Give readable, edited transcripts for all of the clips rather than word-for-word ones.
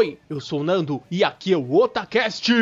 Oi, eu sou o Nando e aqui é o Otacast!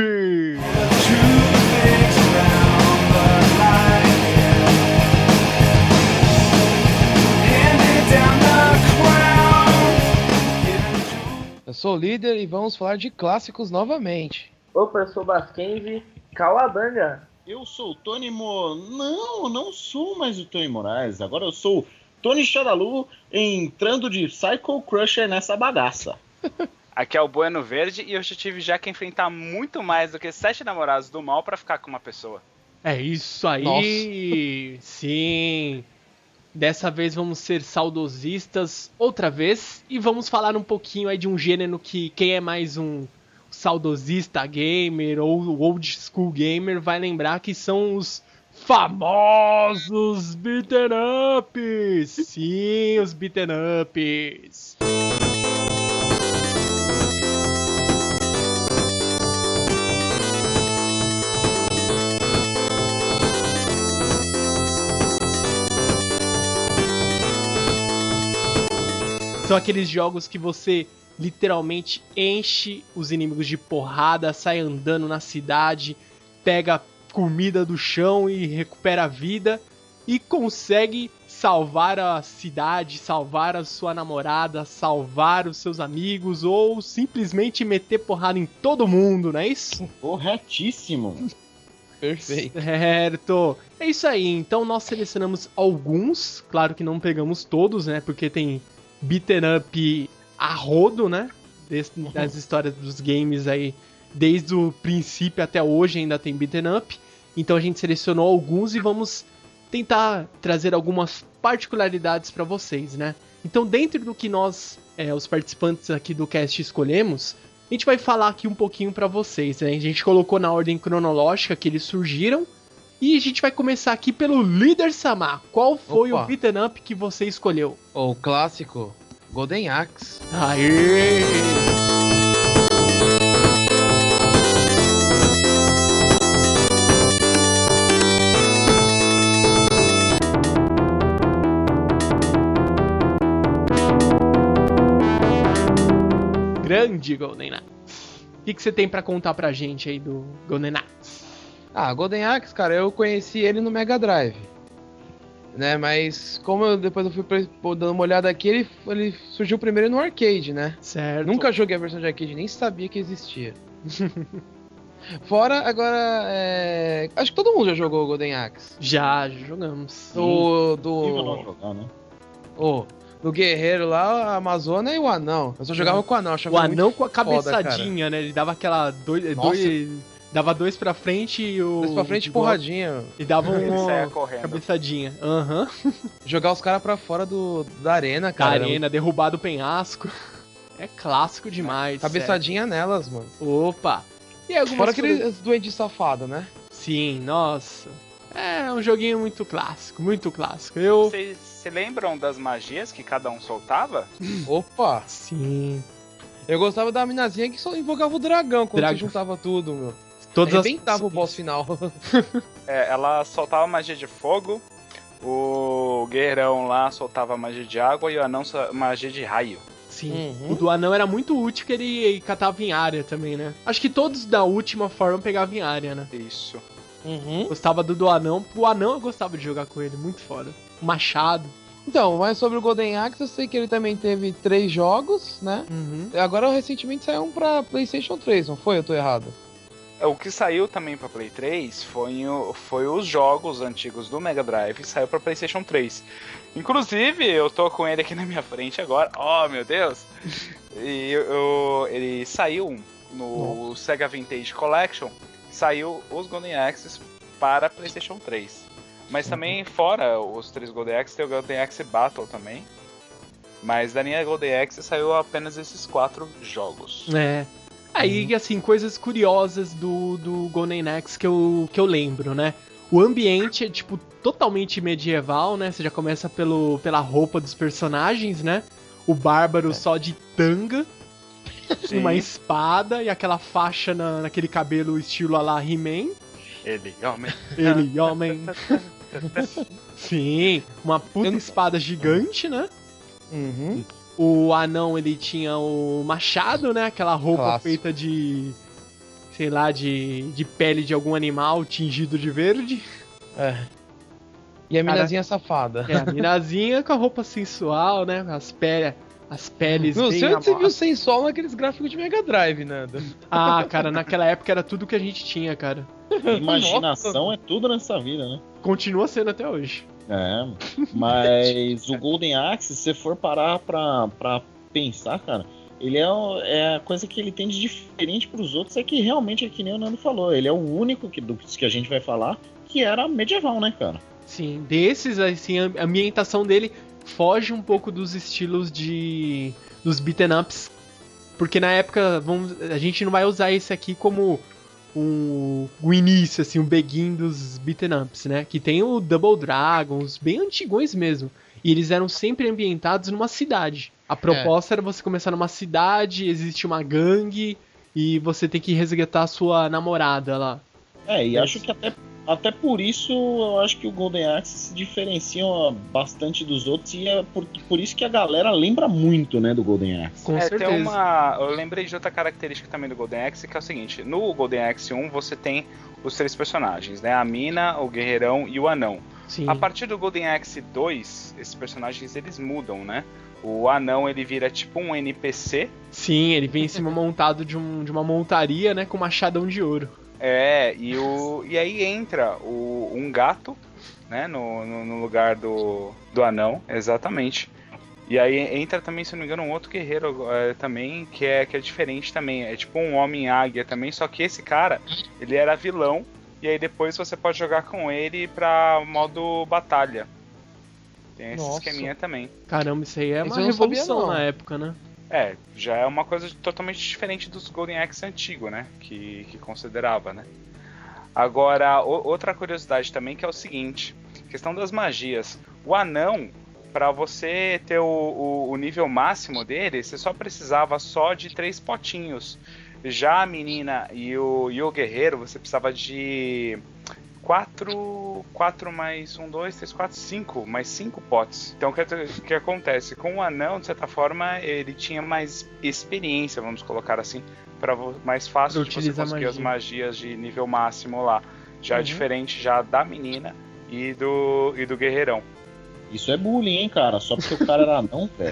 Eu sou o líder e vamos falar de clássicos novamente. Opa, eu sou o Baskenzi, Calabanga. Eu sou o Tony Não sou mais o Tony Moraes. Agora eu sou o Tony Shadalu entrando de Psycho Crusher nessa bagaça. Aqui é o Bueno Verde e eu já tive que enfrentar muito mais do que 7 namorados do mal pra ficar com uma pessoa. É isso aí! Nossa. Sim! Dessa vez vamos ser saudosistas outra vez e vamos falar um pouquinho aí de um gênero que quem é mais um saudosista gamer ou old school gamer vai lembrar que são os famosos beaten ups! Sim, os beaten ups! São aqueles jogos que você literalmente enche os inimigos de porrada, sai andando na cidade, pega comida do chão e recupera a vida e consegue salvar a cidade, salvar a sua namorada, salvar os seus amigos ou simplesmente meter porrada em todo mundo, não é isso? Corretíssimo! Perfeito. Certo! É isso aí, então nós selecionamos alguns, claro que não pegamos todos, né, porque tem beaten up a rodo, né? Das histórias dos games aí, desde o princípio até hoje ainda tem beaten up. Então a gente selecionou alguns e vamos tentar trazer algumas particularidades para vocês, né? Então dentro do que nós, os participantes aqui do cast escolhemos, a gente vai falar aqui um pouquinho para vocês, né? A gente colocou na ordem cronológica que eles surgiram. E a gente vai começar aqui pelo Líder Samar. Qual foi o beaten up que você escolheu? O clássico Golden Axe. Aê! Grande Golden Axe. O que você tem pra contar pra gente aí do Golden Axe? Golden Axe, cara, eu conheci ele no Mega Drive, né, mas como depois eu fui dando uma olhada aqui, ele surgiu primeiro no arcade, né? Certo. Nunca joguei a versão de arcade, nem sabia que existia. Fora, agora, acho que todo mundo já jogou o Golden Axe. Já jogamos. Do guerreiro lá, a Amazônia e o anão. Eu só jogava com o anão, achava o anão muito com a cabeçadinha, foda, né? Ele dava aquela dava dois pra frente e o... Dois pra frente e porradinha. E dava uma cabeçadinha. Jogar os caras pra fora da arena, cara. Da arena, derrubar do penhasco. É clássico demais. Cabeçadinha nelas, mano. Opa! E algumas fora aqueles doentes safados, né? Sim, nossa. É um joguinho muito clássico, muito clássico. Vocês se lembram das magias que cada um soltava? Opa! Sim. Eu gostava da minazinha que só invocava o dragão quando você juntava tudo, meu. Arrebentava o boss final. Ela soltava magia de fogo, o guerreirão lá soltava magia de água e o anão magia de raio. Sim, o do anão era muito útil que ele catava em área também, né? Acho que todos da última forma pegavam em área, né? Isso. Gostava do anão, o anão eu gostava de jogar com ele, muito foda. O machado. Então, mas sobre o Golden Axe, eu sei que ele também teve 3 jogos, né? Agora, recentemente, saiu um pra PlayStation 3, não foi? Eu tô errado? O que saiu também pra Play 3 foi os jogos antigos do Mega Drive, saiu pra PlayStation 3. Inclusive, eu tô com ele aqui na minha frente agora. Oh, meu Deus! E ele saiu no Sega Vintage Collection, saiu os Golden Axes para PlayStation 3. Mas também, fora os 3 Golden Axe, tem o Golden Axe Battle também. Mas da linha Golden Axe saiu apenas esses 4 jogos. Aí, assim, coisas curiosas do Golden Axe que eu lembro, né? O ambiente é, tipo, totalmente medieval, né? Você já começa pela roupa dos personagens, né? O bárbaro só de tanga, uma espada e aquela faixa naquele cabelo estilo a lá He-Man. Ele, homem. Sim, uma puta espada gigante, né? O anão, ele tinha o machado, né? Aquela roupa Clássico. feita de... sei lá, de pele de algum animal tingido de verde. É. E a minazinha safada. É, a minazinha com a roupa sensual, né? As peles Não bem sei onde você viu amassas. sensual naqueles gráficos de Mega Drive, Nando. Ah, cara, naquela época era tudo que a gente tinha, cara. Imaginação é tudo nessa vida, né? Continua sendo até hoje. É, mas o Golden Axe, se você for parar pra pensar, cara, ele é a coisa que ele tem de diferente pros outros, é que realmente é que nem o Nando falou, ele é o único dos que a gente vai falar que era medieval, né, cara? Sim, desses, assim, a ambientação dele foge um pouco dos estilos dos beaten ups, porque na época, a gente não vai usar esse aqui como o início, assim, o begin dos beaten ups, né? Que tem o Double Dragons, bem antigões mesmo. E eles eram sempre ambientados numa cidade. A proposta era você começar numa cidade, existe uma gangue, e você tem que resgatar a sua namorada lá. E acho que até por isso eu acho que o Golden Axe se diferencia bastante dos outros, e é por isso que a galera lembra muito, né, do Golden Axe. Com certeza. Eu lembrei de outra característica também do Golden Axe, que é o seguinte: no Golden Axe 1 você tem os 3 personagens, né? A mina, o guerreirão e o anão. Sim. A partir do Golden Axe 2, esses personagens eles mudam, né? O anão ele vira tipo um NPC. Sim, ele vem em cima montado de uma montaria, né? Com machadão de ouro. E aí entra um gato, né, no lugar do anão, exatamente. E aí entra também, se não me engano, um outro guerreiro também, que é diferente também. É tipo um homem-águia também, só que esse cara, ele era vilão, e aí depois você pode jogar com ele pra modo batalha. Tem esse esqueminha também. Caramba, isso aí é uma eu não sabia, revolução não. na época, né? Já é uma coisa totalmente diferente dos Golden Axe antigo, né? Que considerava, né? Agora, outra curiosidade também, que é o seguinte: questão das magias. O anão, para você ter o nível máximo dele, você só precisava de 3 potinhos. Já a menina e o guerreiro, você precisava de 4 mais 1, 2, 3, 4, 5, mais 5 potes. Então o que acontece? Com o anão, de certa forma, ele tinha mais experiência, vamos colocar assim, para mais fácil de você conseguir as magias de nível máximo lá. Já diferente já da menina e do guerreirão. Isso é bullying, hein, cara? Só porque o cara era anão, velho.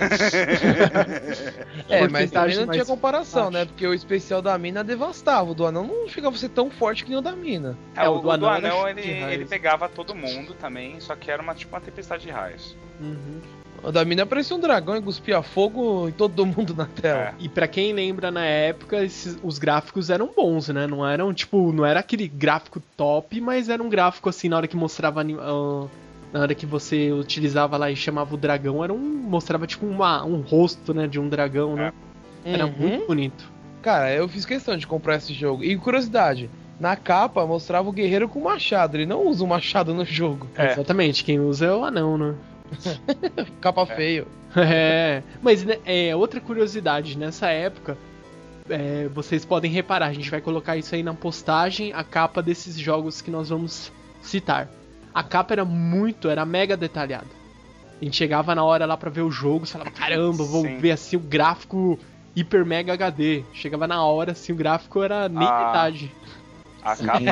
Mas também não tinha comparação, né? Porque o especial da mina devastava. O do anão não chegava a ser tão forte que nem o da mina. O do anão ele pegava todo mundo também, só que era uma tempestade de raios. O da mina parecia um dragão e cuspia fogo em todo mundo na tela. E pra quem lembra, na época, os gráficos eram bons, né? Não era aquele gráfico top, mas era um gráfico assim, na hora que mostrava... na hora que você utilizava lá e chamava o dragão, mostrava tipo um rosto, né, de um dragão, né? Era muito bonito. Cara, eu fiz questão de comprar esse jogo. E curiosidade, na capa mostrava o guerreiro com machado. Ele não usa o machado no jogo. Exatamente, quem usa é o anão, né? Capa feio. Mas né, outra curiosidade, nessa época, vocês podem reparar, a gente vai colocar isso aí na postagem, a capa desses jogos que nós vamos citar. A capa era mega detalhada. A gente chegava na hora lá pra ver o jogo, você falava, caramba, vou ver assim o gráfico hiper mega HD. Chegava na hora, assim, o gráfico era nem metade. A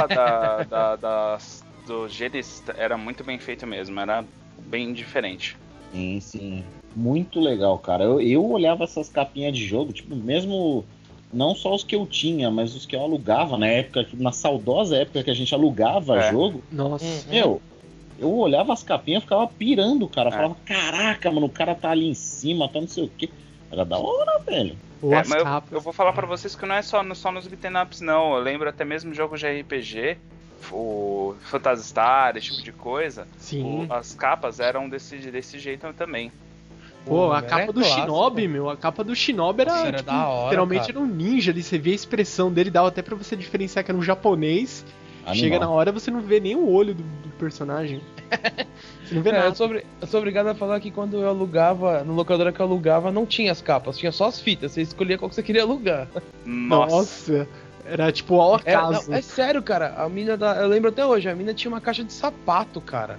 capa do Gelis era muito bem feito mesmo, era bem diferente. Sim. Muito legal, cara. Eu olhava essas capinhas de jogo, tipo, mesmo... Não só os que eu tinha, mas os que eu alugava na época, na saudosa época que a gente alugava jogo. Nossa. Eu olhava as capinhas e ficava pirando, cara. Falava, caraca, mano, o cara tá ali em cima, tá não sei o quê. Era da hora, velho. Mas eu vou falar pra vocês que não é só nos beaten ups, não. Eu lembro até mesmo jogos de RPG, o Phantasy Star, esse tipo de coisa. Sim. As capas eram desse jeito também. Pô, a capa do Shinobi, a capa do Shinobi era tipo, da hora, literalmente cara. era um ninja ali, você via a expressão dele, dava até pra você diferenciar que era um japonês. Animal. Chega na hora, você não vê nem o olho do personagem. Você não vê nada. Eu sou obrigado a falar que quando eu alugava, no locadora que eu alugava, não tinha as capas, tinha só as fitas, você escolhia qual que você queria alugar. Nossa. Era tipo ao acaso. É sério, cara. A mina eu lembro até hoje, a mina tinha uma caixa de sapato, cara.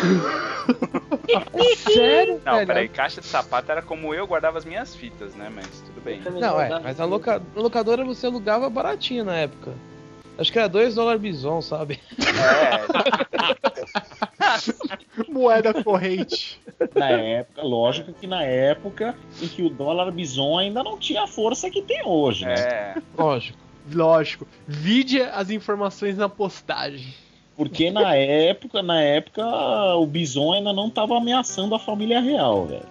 É sério, Não, velho. peraí, caixa de sapato era como eu guardava as minhas fitas, né? Mas tudo bem. Não, mas na locadora você alugava baratinho na época. Acho que era $2 bison, sabe? Moeda corrente. Na época, lógico que na época em que o dólar bison ainda não tinha a força que tem hoje, né? Lógico. Vide as informações na postagem. Porque na época, o bison ainda não tava ameaçando a família real, velho.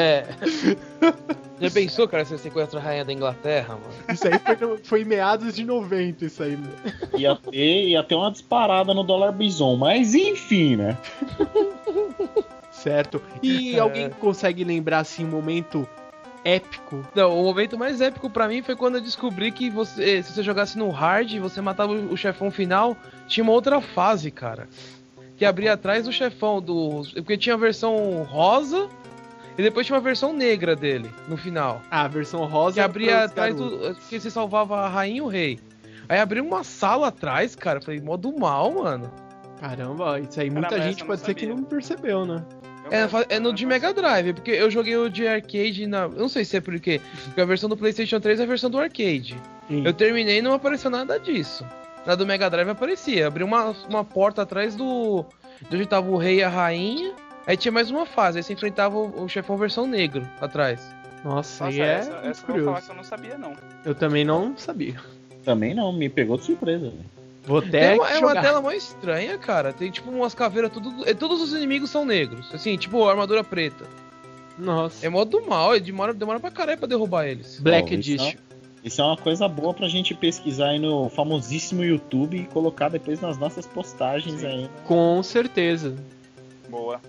Já pensou, cara, se você sequestra a rainha da Inglaterra, mano? Isso aí foi em meados de 90, isso aí. Ia ter uma disparada no dólar bison, mas enfim, né? Certo. E alguém consegue lembrar, assim, um momento épico? Não, o momento mais épico pra mim foi quando eu descobri que se você jogasse no hard e você matava o chefão final, tinha uma outra fase, cara. Que abria atrás do chefão, porque tinha a versão rosa e depois tinha uma versão negra dele, no final. Ah, a versão rosa. Que abria atrás que você salvava a rainha e o rei. Aí abriu uma sala atrás, cara. Falei, modo mal, mano. Caramba, isso aí muita gente pode ser que não percebeu, né? É no de Mega Drive, porque eu joguei o de arcade eu não sei se é por quê, porque a versão do PlayStation 3 é a versão do arcade. Sim. Eu terminei e não apareceu nada disso. Na do Mega Drive aparecia, abriu uma porta atrás de onde tava o rei e a rainha, aí tinha mais uma fase, aí você enfrentava o chefão versão negro atrás. Nossa, Nossa, aí essa é eu vou curioso. falar que eu não sabia, não. Eu também não sabia. Também não, me pegou de surpresa, velho. Vou até É uma tela mó estranha, cara. Tem tipo umas caveiras, todos os inimigos são negros. Assim, tipo armadura preta. Nossa. É modo mal, demora pra caralho pra derrubar eles. Black Bom, Edition. Isso é uma coisa boa pra gente pesquisar aí no famosíssimo YouTube e colocar depois nas nossas postagens aí. Com certeza. Boa.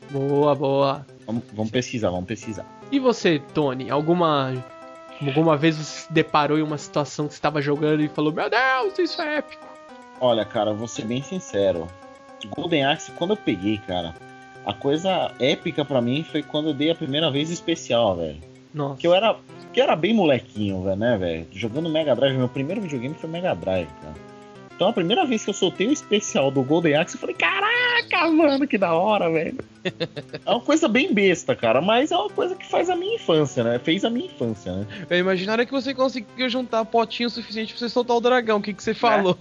Boa. Vamos pesquisar. E você, Tony? Alguma vez você se deparou em uma situação que você estava jogando e falou: Meu Deus, isso é épico? Olha, cara, vou ser bem sincero. Golden Axe, quando eu peguei, cara, a coisa épica pra mim foi quando eu dei a primeira vez o especial, velho. Nossa. Que eu era bem molequinho, velho. Jogando Mega Drive, meu primeiro videogame foi Mega Drive, cara. Então a primeira vez que eu soltei o especial do Golden Axe, eu falei, caraca, mano, que da hora, velho. É uma coisa bem besta, cara, mas é uma coisa que faz a minha infância, né? Fez a minha infância, né? Eu imaginaria que você conseguiu juntar potinho suficiente pra você soltar o dragão, o que você falou?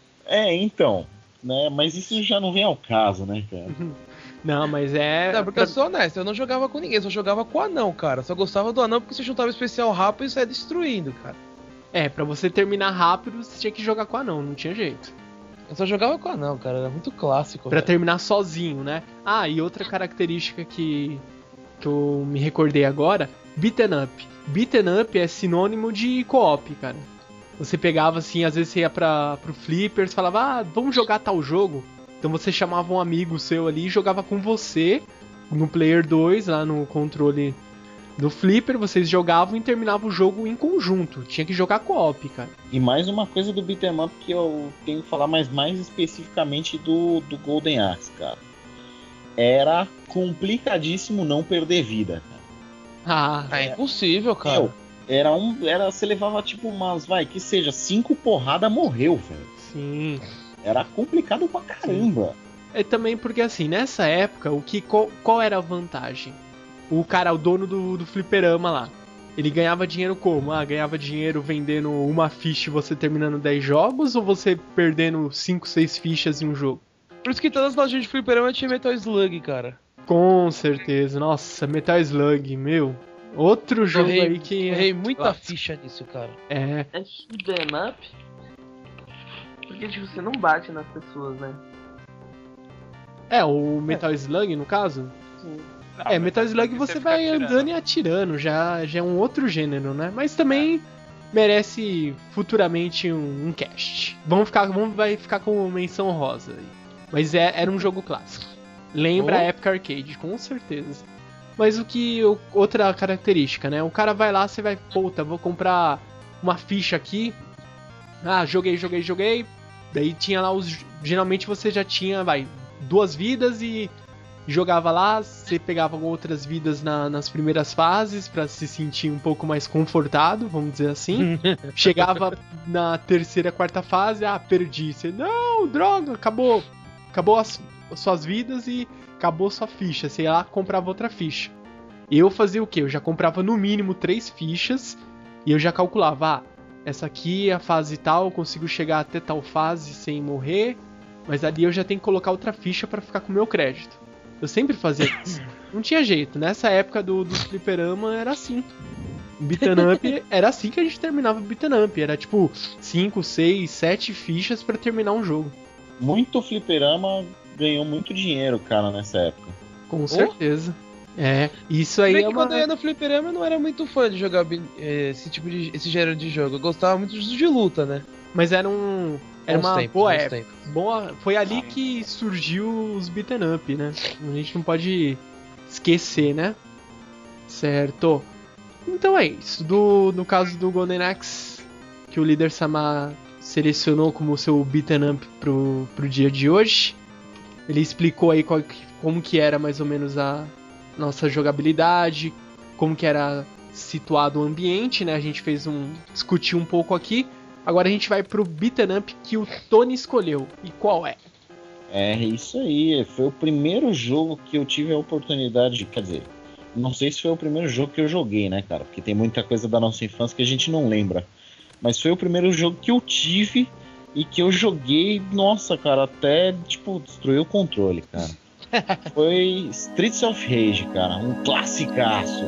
Então, né? Mas isso já não vem ao caso, né, cara? Não, mas é... Não, porque eu sou honesto, eu não jogava com ninguém, só jogava com o anão, cara. Só gostava do anão porque você juntava o especial rápido e saia destruindo, cara. Pra você terminar rápido, você tinha que jogar com o anão, não tinha jeito. Eu só jogava com o anão, cara, era muito clássico. Pra terminar sozinho, né? Ah, e outra característica que eu me recordei agora, beaten up. Beaten up é sinônimo de co-op, cara. Você pegava assim, às vezes você ia pro Flippers, falava, vamos jogar tal jogo. Então você chamava um amigo seu ali e jogava com você no Player 2, lá no controle do Flipper, vocês jogavam e terminavam o jogo em conjunto. Tinha que jogar co-op, cara. E mais uma coisa do beat'em up que eu tenho que falar mais especificamente do Golden Axe, cara. Era complicadíssimo não perder vida, cara. É impossível, cara. Você levava tipo umas, que seja, 5 porradas, morreu, velho. Sim. Era complicado pra caramba. É também porque assim, nessa época, qual era a vantagem? O cara, o dono do fliperama lá, ele ganhava dinheiro como? Ganhava dinheiro vendendo uma ficha e você terminando 10 jogos, ou você perdendo 5, 6 fichas em um jogo? Por isso que todas as lojas de fliperama tinha Metal Slug, cara. Com certeza. Nossa, Metal Slug, meu. Outro jogo aí que... Eu errei muita ficha nisso, cara. É shoot'em up? Porque tipo, você não bate nas pessoas, né? O Metal Slug, no caso? Sim. Metal Slug você vai andando e atirando, já é um outro gênero, né? Mas também merece futuramente um cast. Vai ficar com menção rosa aí. Mas era um jogo clássico. Lembra a Epic Arcade, com certeza. Mas outra característica, né? O cara vai lá, você vai, vou comprar uma ficha aqui. Joguei. Daí tinha lá geralmente você já tinha, 2 vidas e Jogava lá, você pegava outras vidas nas primeiras fases pra se sentir um pouco mais confortado, vamos dizer assim. Chegava na terceira, quarta fase, perdi. Você, não, droga, acabou as suas vidas e acabou sua ficha. Você ia lá, comprava outra ficha. Eu fazia o quê? Eu já comprava no mínimo 3 fichas e eu já calculava, essa aqui é a fase tal, eu consigo chegar até tal fase sem morrer, mas ali eu já tenho que colocar outra ficha pra ficar com o meu crédito. Eu sempre fazia isso. Não tinha jeito. Nessa época do fliperama era assim. Beat'em up era assim que a gente terminava o beat'em up. Era tipo 5, 6, 7 fichas pra terminar um jogo. Muito fliperama ganhou muito dinheiro, cara, nessa época. Com certeza. Isso aí é quando eu ia no fliperama eu não era muito fã de jogar esse gênero de jogo. Eu gostava muito de luta, né? Mas era uma boa época. Foi ali que surgiu os beat'em up, né? A gente não pode esquecer, né? Certo. Então é isso. No caso do Golden Axe, que o líder Sama selecionou como seu beat'em up pro dia de hoje. Ele explicou aí como que era mais ou menos a nossa jogabilidade, como que era situado o ambiente, né? A gente discutiu um pouco aqui. Agora a gente vai pro beat'em up que o Tony escolheu. E qual é? É isso aí. Foi o primeiro jogo que eu tive a oportunidade. Quer dizer, não sei se foi o primeiro jogo que eu joguei, né, cara? Porque tem muita coisa da nossa infância que a gente não lembra. Mas foi o primeiro jogo que eu tive e que eu joguei. Nossa, cara, até tipo destruiu o controle, cara. Foi Streets of Rage, cara. Um classicaço.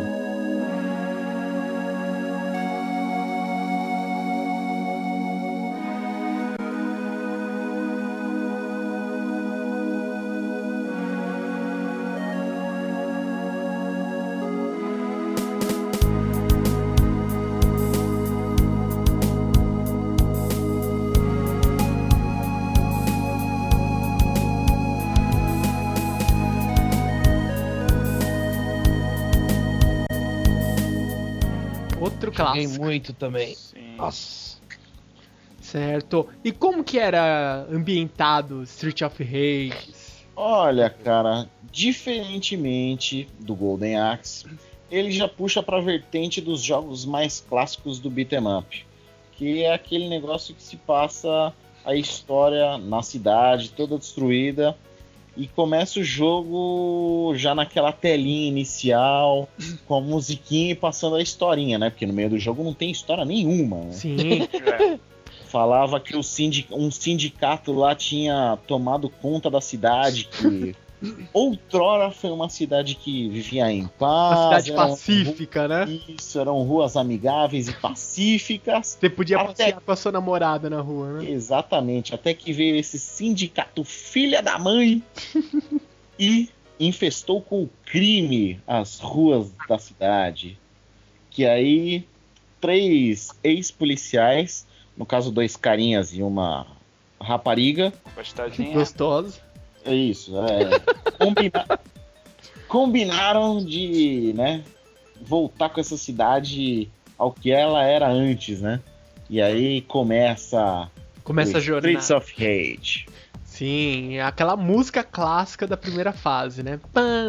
Outro clássico. Joguei muito também. Sim. Nossa. Certo. E como que era ambientado Street of Rage? Olha, cara, diferentemente do Golden Axe, ele já puxa pra vertente dos jogos mais clássicos do beat'em up, que é aquele negócio que se passa a história na cidade toda destruída e começa o jogo já naquela telinha inicial com a musiquinha e passando a historinha, né? Porque no meio do jogo não tem história nenhuma, né? Sim. Falava que um sindicato lá tinha tomado conta da cidade, que outrora foi uma cidade que vivia em paz. Uma cidade pacífica, né? Isso, eram ruas amigáveis e pacíficas. Você podia passear com a sua namorada na rua, né? Exatamente, até que veio esse sindicato filha da mãe e infestou com o crime as ruas da cidade. Que aí 3 ex-policiais, no caso 2 carinhas e uma rapariga. Gostadinha. Gostosa. É isso, combinaram de, né, voltar com essa cidade ao que ela era antes, né? E aí começa a jornada. Streets of Rage. Sim, aquela música clássica da primeira fase, né?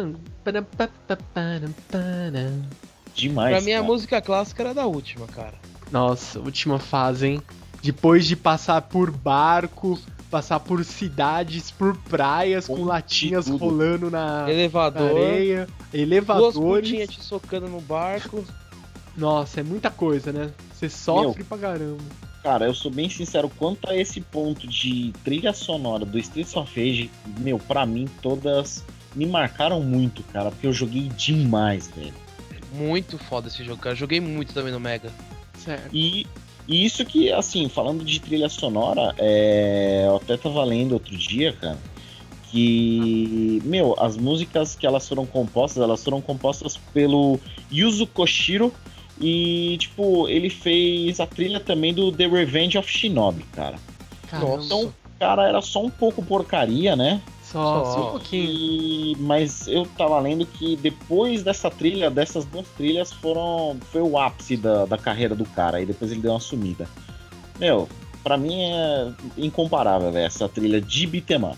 Demais. Pra mim a cara. música clássica era da última, cara. Nossa, última fase, hein? Depois de passar por barco, passar por cidades, por praias, com latinhas tudo. rolando na Elevador. areia, Duas elevadores. putinhas te socando no barco. Nossa, é muita coisa, né? Você sofre pra caramba. Cara, eu sou bem sincero, quanto a esse ponto de trilha sonora do Streets of Rage, meu, pra mim todas me marcaram muito, cara, porque eu joguei demais, velho. Muito foda esse jogo, cara. Joguei muito também no Mega. Certo. E isso que, assim, falando de trilha sonora, eu até tava lendo outro dia, cara, que, meu, as músicas que elas foram compostas pelo Yuzo Koshiro e, tipo, ele fez a trilha também do The Revenge of Shinobi, cara. Caramba. Então, cara, era só um pouco porcaria, né? Só um pouquinho. Mas eu tava lendo que depois dessa trilha, dessas 2 trilhas, foi o ápice da carreira do cara. Aí depois ele deu uma sumida. Meu, pra mim é incomparável, velho, essa trilha de beat'em up.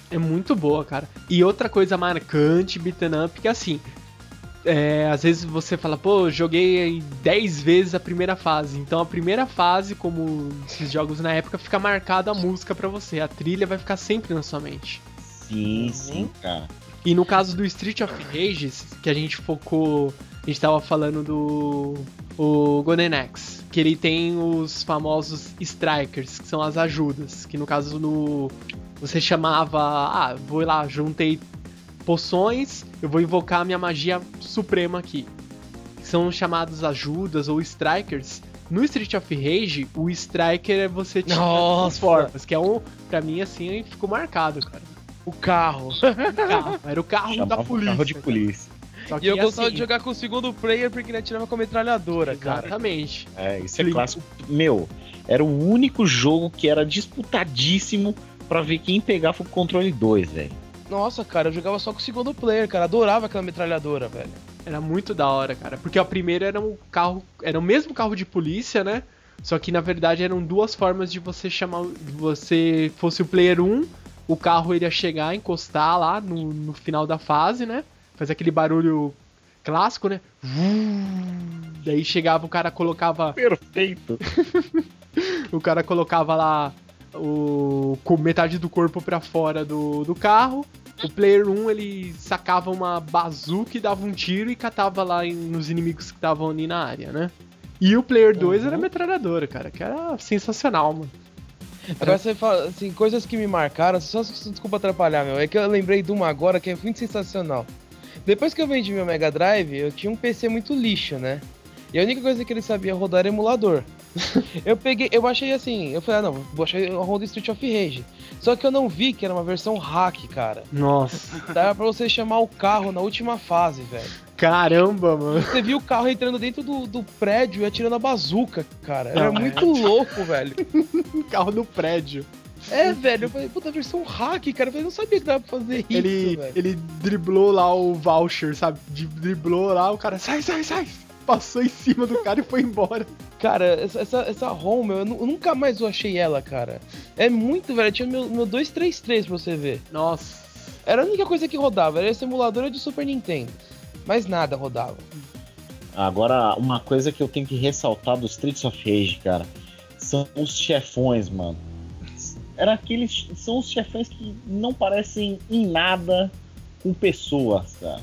É muito boa, cara. E outra coisa marcante, beat'em up, que assim, às vezes você fala, pô, joguei 10 vezes a primeira fase. Então a primeira fase, como esses jogos na época, fica marcada a música pra você. A trilha vai ficar sempre na sua mente. Sim, cara. E no caso do Street of Rage, que a gente focou, a gente tava falando do Golden Axe, que ele tem os famosos Strikers, que são as ajudas, que no caso você chamava, vou lá, juntei poções, eu vou invocar a minha magia suprema aqui. São chamados ajudas ou Strikers. No Street of Rage, o Striker você tinha as formas, que é pra mim assim, ficou marcado, cara. O carro. Era o carro Chamava da polícia. Carro de polícia. Só que E eu gostava de jogar com o segundo player porque ele atirava com a metralhadora, cara. Exatamente. Isso é clássico. Meu, era o único jogo que era disputadíssimo pra ver quem pegava o controle 2, velho. Nossa, cara, eu jogava só com o segundo player, cara. Adorava aquela metralhadora, velho. Era muito da hora, cara. Porque a primeira era era o mesmo carro de polícia, né? Só que na verdade eram duas formas de você chamar. Você fosse o player 1, o carro iria chegar, encostar lá no final da fase, né? Faz aquele barulho clássico, né? Daí chegava, o cara colocava. Perfeito! O cara colocava lá com metade do corpo pra fora do carro. O player 1 ele sacava uma bazuca e dava um tiro e catava lá nos inimigos que estavam ali na área, né? E o player 2 era metralhadora, cara, que era sensacional, mano. Agora você fala, assim, coisas que me marcaram, só desculpa atrapalhar, meu, é que eu lembrei de uma agora que é muito sensacional. Depois que eu vendi meu Mega Drive, eu tinha um PC muito lixo, né? E a única coisa que ele sabia rodar era emulador. Eu baixei assim, eu falei, não, vou baixar o ROM do Street of Rage. Só que eu não vi que era uma versão hack, cara. Nossa. Dava pra você chamar o carro na última fase, velho. Caramba, mano. Você viu o carro entrando dentro do prédio e atirando a bazuca, cara. Era muito louco, velho. O carro no prédio. Velho, eu falei, puta, versão hack, cara. Eu não sabia que dava pra fazer isso, velho. Ele driblou lá o voucher, sabe? Driblou lá, o cara, sai. Passou em cima do cara e foi embora. Cara, essa ROM, meu, eu nunca mais achei ela, cara. É muito, velho. Eu tinha meu 233 pra você ver. Nossa. Era a única coisa que rodava. Era esse emulador de Super Nintendo. Mais nada rodava. Agora, uma coisa que eu tenho que ressaltar do Streets of Rage, cara, são os chefões, mano. São os chefões que não parecem em nada com pessoas, cara.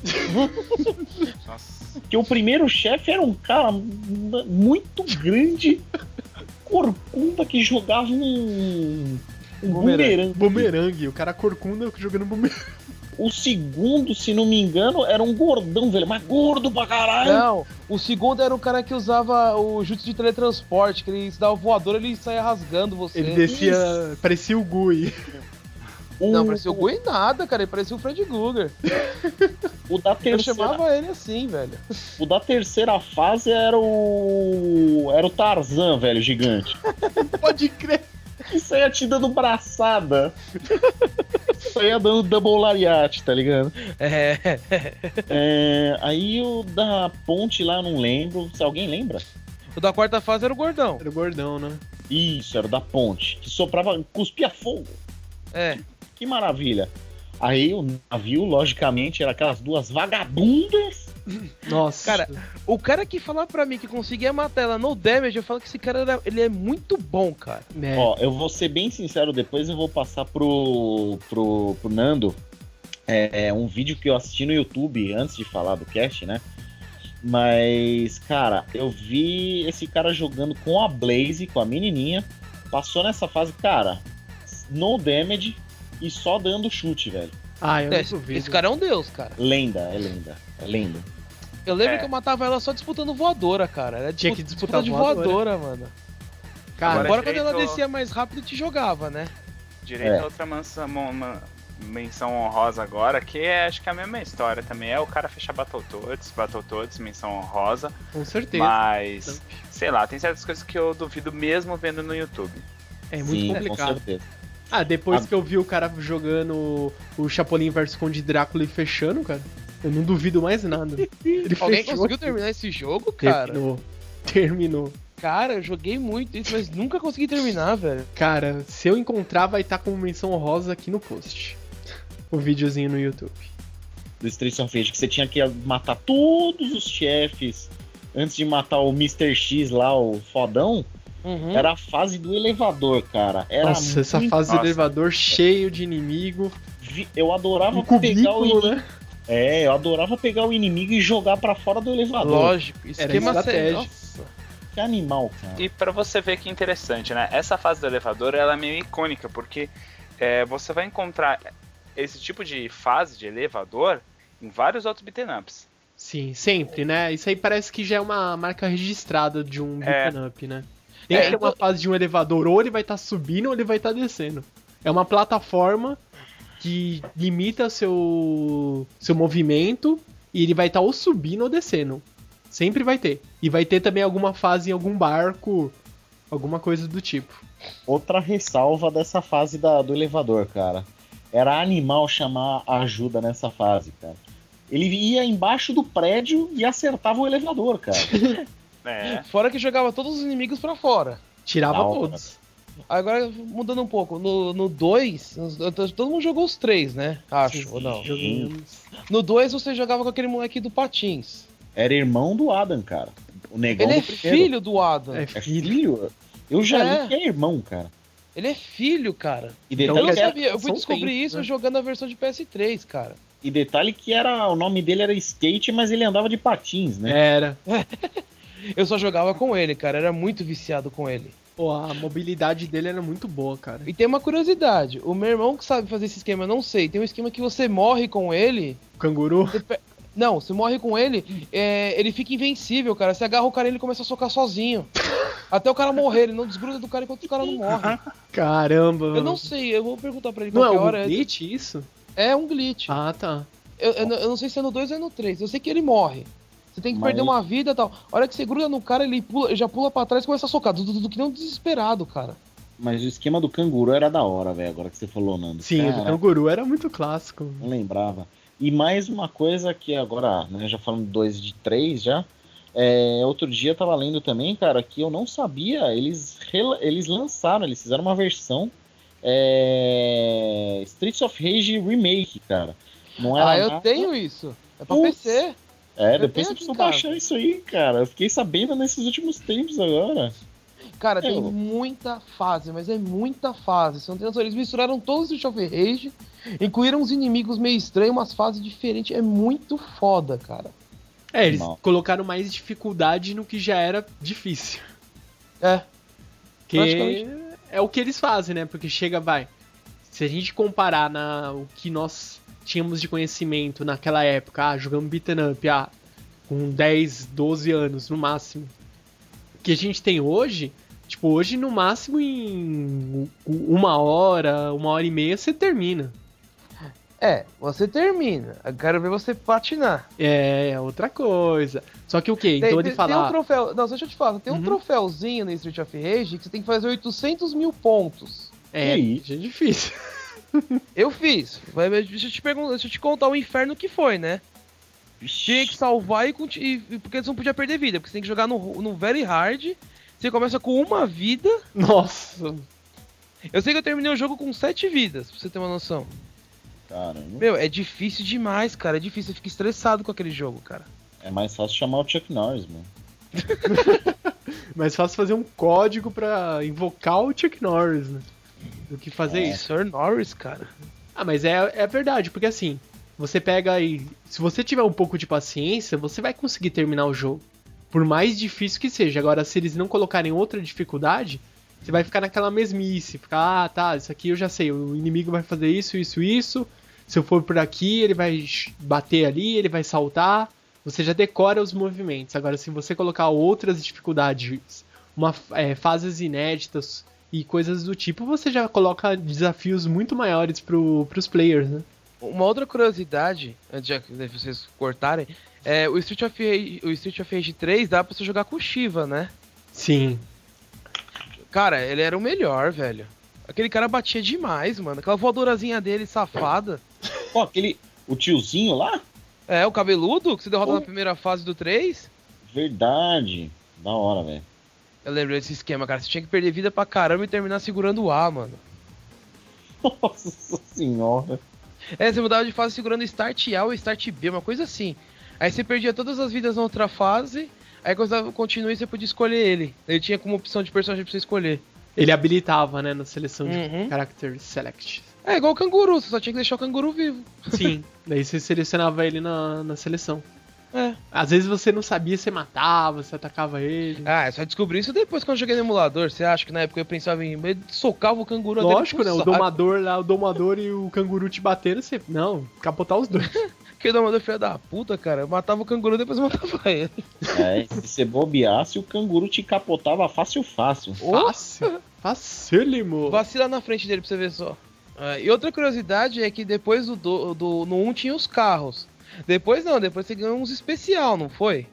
Nossa. Porque o primeiro chefe era um cara muito grande, corcunda, que jogava um bumerangue. O cara corcunda jogando bumerangue. O segundo, se não me engano, era um gordão, velho, mas gordo pra caralho. Não, o segundo era o cara que usava o jutsu de teletransporte, que ele se dava voador, ele saia rasgando você. Ele descia, parecia o Gui. Não, parecia o Gui nada, cara, ele parecia o Freddy Krueger. O da terceira... Eu chamava ele assim, velho. O da terceira fase era o Tarzan, velho, gigante. Pode crer. Isso aí ia te dando braçada. Isso aí ia dando double lariat, tá ligado? Aí o da ponte lá, não lembro. Se alguém lembra? O da quarta fase era o gordão. Era o gordão, né? Isso, era o da ponte. Que soprava, cuspia fogo. Que maravilha. Aí o navio, logicamente, era aquelas duas vagabundas. Nossa. Cara, o cara que falar pra mim que conseguia matar ela no damage, eu falo que esse cara ele é muito bom, cara. Ó, eu vou ser bem sincero, depois eu vou passar pro Nando um vídeo que eu assisti no YouTube antes de falar do cast, né? Mas, cara, eu vi esse cara jogando com a Blaze, com a menininha, passou nessa fase, cara, no damage e só dando chute, velho. Eu não duvido. Esse cara é um deus, cara. Lenda. Eu lembro que eu matava ela só disputando voadora, cara. Era Tinha que disputar de voadora, mano. Cara, agora quando ela descia mais rápido, te jogava, né? Direito a outra menção honrosa agora, que acho que é a mesma história também. É o cara fechar Battletoads, menção honrosa. Com certeza. Mas, sei lá, tem certas coisas que eu duvido mesmo vendo no YouTube. É muito complicado. Com certeza. Depois que eu vi o cara jogando o Chapolin vs Conde Drácula e fechando, cara, eu não duvido mais nada. Alguém conseguiu terminar esse jogo, cara? Terminou. Cara, eu joguei muito isso, mas nunca consegui terminar, velho. Cara, se eu encontrar, vai estar como menção honrosa aqui no post. o videozinho no YouTube. Do Streets of Rage, que você tinha que matar todos os chefes antes de matar o Mr. X lá, o fodão. Era a fase do elevador, cara. Era Nossa, essa fase do elevador cheio de inimigo. Eu adorava pegar o inimigo. Né? Eu adorava pegar o inimigo e jogar pra fora do elevador. Lógico, esquema estratégico. Que animal, cara. E pra você ver que interessante, né? Essa fase do elevador, ela é meio icônica, porque você vai encontrar esse tipo de fase de elevador em vários outros beat'em ups. Sim, sempre, né? Isso aí parece que já é uma marca registrada de um beat'em up, né? Tem que ter uma fase de um elevador, ou ele vai estar subindo ou ele vai estar descendo. É uma plataforma que limita seu movimento e ele vai estar ou subindo ou descendo. Sempre vai ter. E vai ter também alguma fase em algum barco, alguma coisa do tipo. Outra ressalva dessa fase do elevador, cara. Era animal chamar ajuda nessa fase, cara. Ele ia embaixo do prédio e acertava o elevador, cara. Fora que jogava todos os inimigos pra fora. Tirava todos. Agora, mudando um pouco, no 2, todo mundo jogou os 3, né? Acho, ou não? No 2 você jogava com aquele moleque do Patins. Era irmão do Adam, cara. O negão Ele é filho do Adam. É filho? Eu já li que é irmão, cara. Ele é filho, cara. E detalhe eu não sabia, eu fui descobrir isso, né, jogando a versão de PS3, cara. E detalhe que o nome dele era Skate, mas ele andava de patins, né? Era. Eu só jogava com ele, cara. Era muito viciado com ele. Pô, a mobilidade dele era muito boa, cara. E tem uma curiosidade. O meu irmão que sabe fazer esse esquema, eu não sei. Tem um esquema que você morre com ele... Canguru? Não, você morre com ele, ele fica invencível, cara. Você agarra o cara e ele começa a socar sozinho. Até o cara morrer, ele não desgruda do cara enquanto o cara não morre. Caramba. Eu não sei, eu vou perguntar pra ele qualquer hora. Não é um glitch isso? É um glitch. Ah, tá. Eu não sei se é no 2 ou é no 3. Eu sei que ele morre. Você tem que perder uma vida e tal. A hora que você gruda no cara, ele já pula pra trás e começa a socar. Do que nem um desesperado, cara. Mas o esquema do canguru era da hora, velho. Agora que você falou, Nando. Sim, o do canguru era muito clássico. Não lembrava. E mais uma coisa que agora, né, já falando 2 de 3 já. Outro dia eu tava lendo também, cara, que eu não sabia. Eles lançaram, eles fizeram uma versão Streets of Rage Remake, cara. Não era eu tenho isso. É pra PC. Depois você precisa baixar isso aí, cara. Eu fiquei sabendo nesses últimos tempos agora. Cara, tem muita fase, mas é muita fase. Você não tem noção. Eles misturaram todos os Streets of Rage, incluíram uns inimigos meio estranhos, umas fases diferentes. É muito foda, cara. Eles colocaram mais dificuldade no que já era difícil. Que é o que eles fazem, né? Porque se a gente comparar o que nós tínhamos de conhecimento naquela época, jogando beat'em up, com 10, 12 anos no máximo, o que a gente tem hoje, tipo, hoje no máximo em 1 hora, 1h30 você termina. Você termina. Eu quero ver você patinar. É outra coisa. Só que o quê? Então ele fala... Tem um troféu... Não, deixa eu te falar. Tem um troféuzinho no Street of Rage que você tem que fazer 800 mil pontos. Isso é difícil. Eu fiz. Deixa eu te contar o inferno que foi, né? Tinha que salvar porque você não podia perder vida. Porque você tem que jogar no Very Hard. Você começa com 1 vida. Nossa. Eu sei que eu terminei o jogo com 7 vidas, pra você ter uma noção. Caramba. Meu, é difícil demais, cara. É difícil, eu fico estressado com aquele jogo, cara. É mais fácil chamar o Chuck Norris, mano. Mais fácil fazer um código pra invocar o Chuck Norris, né? Do que fazer isso. Sir Norris, cara. Mas é verdade, porque assim, você pega e... Se você tiver um pouco de paciência, você vai conseguir terminar o jogo. Por mais difícil que seja. Agora, se eles não colocarem outra dificuldade, você vai ficar naquela mesmice. Ficar, isso aqui eu já sei. O inimigo vai fazer isso, isso, isso. Se eu for por aqui, ele vai bater ali, ele vai saltar. Você já decora os movimentos. Agora, se você colocar outras dificuldades, fases inéditas e coisas do tipo, você já coloca desafios muito maiores pros players, né? Uma outra curiosidade, antes de vocês cortarem, o Street of Rage 3 dá pra você jogar com o Shiva, né? Sim. Cara, ele era o melhor, velho. Aquele cara batia demais, mano. Aquela voadorazinha dele, safada. O tiozinho lá? O cabeludo, que você derrota na primeira fase do 3. Verdade. Da hora, velho. Eu lembro desse esquema, cara. Você tinha que perder vida pra caramba e terminar segurando o A, mano. Nossa senhora. Você mudava de fase segurando Start A ou Start B, uma coisa assim. Aí você perdia todas as vidas na outra fase, aí quando você continua você podia escolher ele. Ele tinha como opção de personagem pra você escolher. Ele habilitava, né, na seleção de Character Select. É igual o canguru, você só tinha que deixar o canguru vivo. Sim, daí você selecionava ele na seleção. É. Às vezes você não sabia, você matava, você atacava ele. Ah, eu só descobri isso depois quando eu joguei no emulador. Você acha que na época eu pensava em... Eu socava o canguru até Lógico, né? O domador lá, o domador e o canguru te bateram, você... Não, capotar os dois. Que domador filho da puta, cara. Eu matava o canguru, depois eu matava ele. Se você bobeasse, o canguru te capotava fácil. Fácil. Facílimo. Vacila na frente dele pra você ver só. E outra curiosidade é que depois no 1 tinha os carros. Depois não, depois você ganhou uns especial, não foi?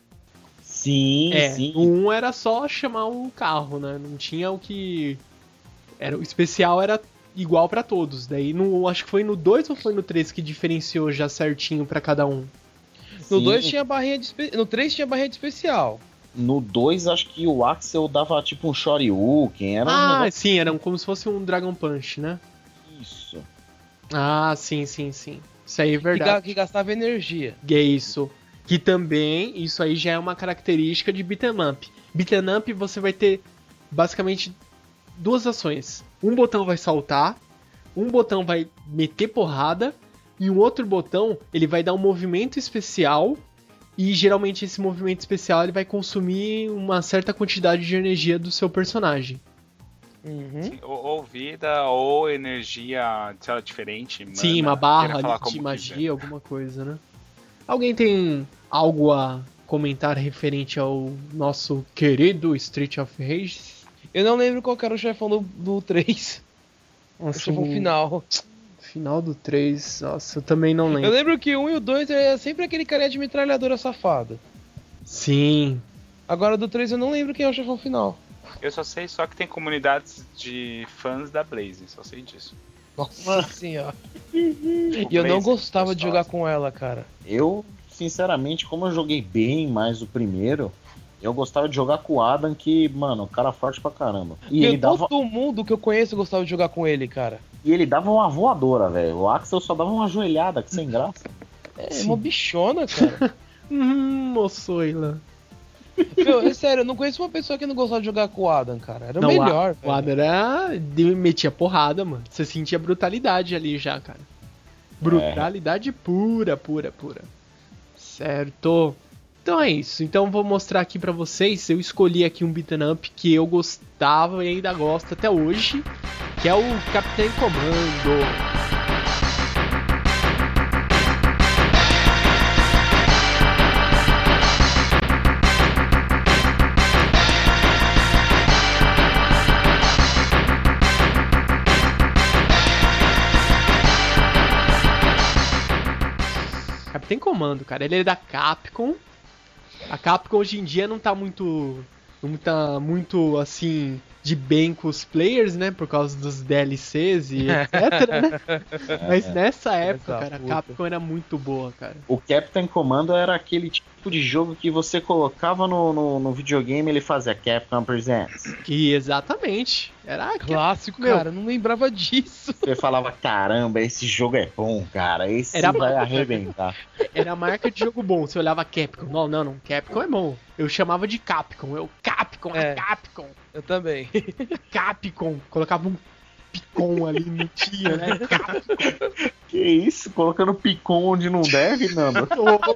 Sim. No 1 era só chamar o carro, né? Não tinha o que... O especial era igual pra todos. Daí, acho que foi no 2 ou foi no 3 que diferenciou já certinho pra cada um? No 2 tinha barrinha de especial. No 3 tinha barrinha de especial. No 2, acho que o Axel dava tipo um Shoryuken. Era sim, era como se fosse um Dragon Punch, né? Isso. Sim. Isso aí é verdade. Que gastava energia. É isso. Que também, isso aí já é uma característica de beat'em up. Beat'em up você vai ter basicamente duas ações. Um botão vai saltar, um botão vai meter porrada, e um outro botão ele vai dar um movimento especial, e geralmente esse movimento especial ele vai consumir uma certa quantidade de energia do seu personagem. Sim, ou vida, ou energia, sei lá, diferente. Sim, uma barra de magia, alguma coisa, né? Alguém tem algo a comentar referente ao nosso querido Street of Rage? Eu não lembro qual era o chefão do 3. Nossa, o chefão final. Final do 3, nossa, eu também não lembro. Eu lembro que o 1 e o 2 é sempre aquele carinha de metralhadora safada. Sim. Agora do 3 eu não lembro quem é o chefão final. Eu só sei que tem comunidades de fãs da Blaze, só sei disso. Nossa senhora. E eu não gostava de jogar com ela, cara. Eu, sinceramente, como eu joguei bem mais o primeiro, eu gostava de jogar com o Adam, que, mano, o cara forte pra caramba. E ele dava... Todo mundo que eu conheço gostava de jogar com ele, cara. E ele dava uma voadora, velho. O Axel só dava uma joelhada, que sem graça. É uma bichona, cara. Moçoila. É sério, eu não conheço uma pessoa que não gostava de jogar com o Adam, cara. Era o melhor, O Adam metia porrada, mano. Você sentia brutalidade ali já, cara. Brutalidade pura. Certo. Então é isso. Então vou mostrar aqui pra vocês. Eu escolhi aqui um beat'em up que eu gostava e ainda gosto até hoje, que é o Capitão Comando. Capitão Comando, cara. Ele é da Capcom. A Capcom hoje em dia não tá muito assim de bem com os players, né? Por causa dos DLCs e etc, né? Mas nessa época, cara, a Capcom era muito boa, cara. O Captain Commando era aquele tipo de jogo que você colocava no videogame e ele fazia Capcom Presents. E exatamente. Era clássico, cara. Não lembrava disso. Você falava, caramba, esse jogo é bom, cara. Esse vai arrebentar. Era a marca de jogo bom. Você olhava Capcom. Não. Capcom é bom. Eu chamava de Capcom. Capcom. Eu também. Capcom. Colocava um picom ali, não tinha, né? Capcom. Que isso? Colocando picom onde não deve, Nando?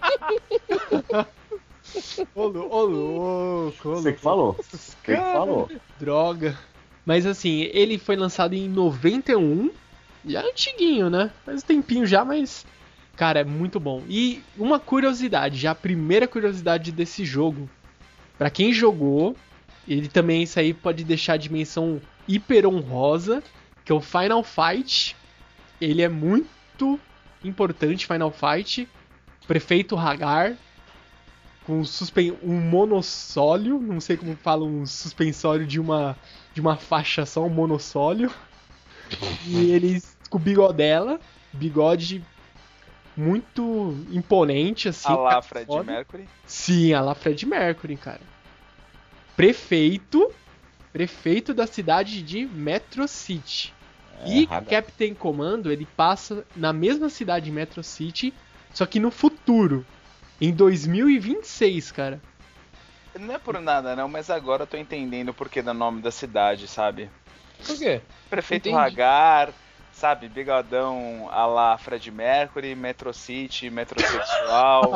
Ô louco. Você que falou. Droga. Mas assim, ele foi lançado em 91. Já antiguinho, né? Faz um tempinho já, mas... Cara, é muito bom. E uma curiosidade, já a primeira curiosidade desse jogo. Pra quem jogou, ele também, isso aí pode deixar a dimensão hiper honrosa, que é o Final Fight. Ele é muito importante, Final Fight. Prefeito Hagar, com um monossólio, não sei como fala, um suspensório de uma faixa só, um monossólio. E ele com bigodela, bigode muito imponente, assim. A lá Fred Mercury. Sim, a lá Fred Mercury, cara. Prefeito da cidade de Metro City. E Captain Commando, ele passa na mesma cidade, Metro City, só que no futuro, em 2026, cara. Não é por nada não, mas agora eu tô entendendo o porquê do nome da cidade, sabe? Por quê? Prefeito Entendi. Hagar, sabe? Bigodão a la Fred Mercury, Metro City, metrosexual.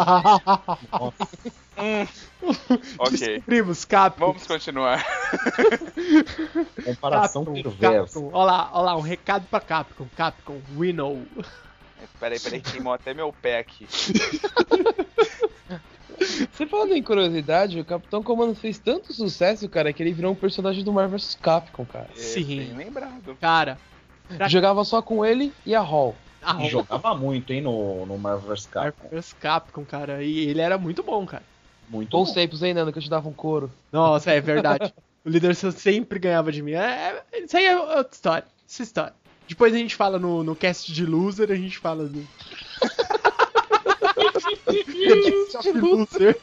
Ok, Descobrimos, Capcom. vamos continuar. Comparação Capcom, perversa. Capcom. Olha lá, um recado pra Capcom. Capcom, we know. Peraí, queimou até meu pé aqui. Você falando em curiosidade, o Capitão Comando fez tanto sucesso, cara, que ele virou um personagem do Marvel vs Capcom, cara. Sim. Bem lembrado. Cara, Jogava só com ele e a Hall. E jogava muito, hein, no Marvel vs. Capcom. Marvel vs Capcom, cara. E ele era muito bom, cara. Muito Bons bom. tempos, hein, Nando, que eu te dava um couro. Nossa, é verdade. O líder sempre ganhava de mim. Isso aí é outra história. Essa história. Depois a gente fala no cast de Loser, a gente fala do. Cast of Loser.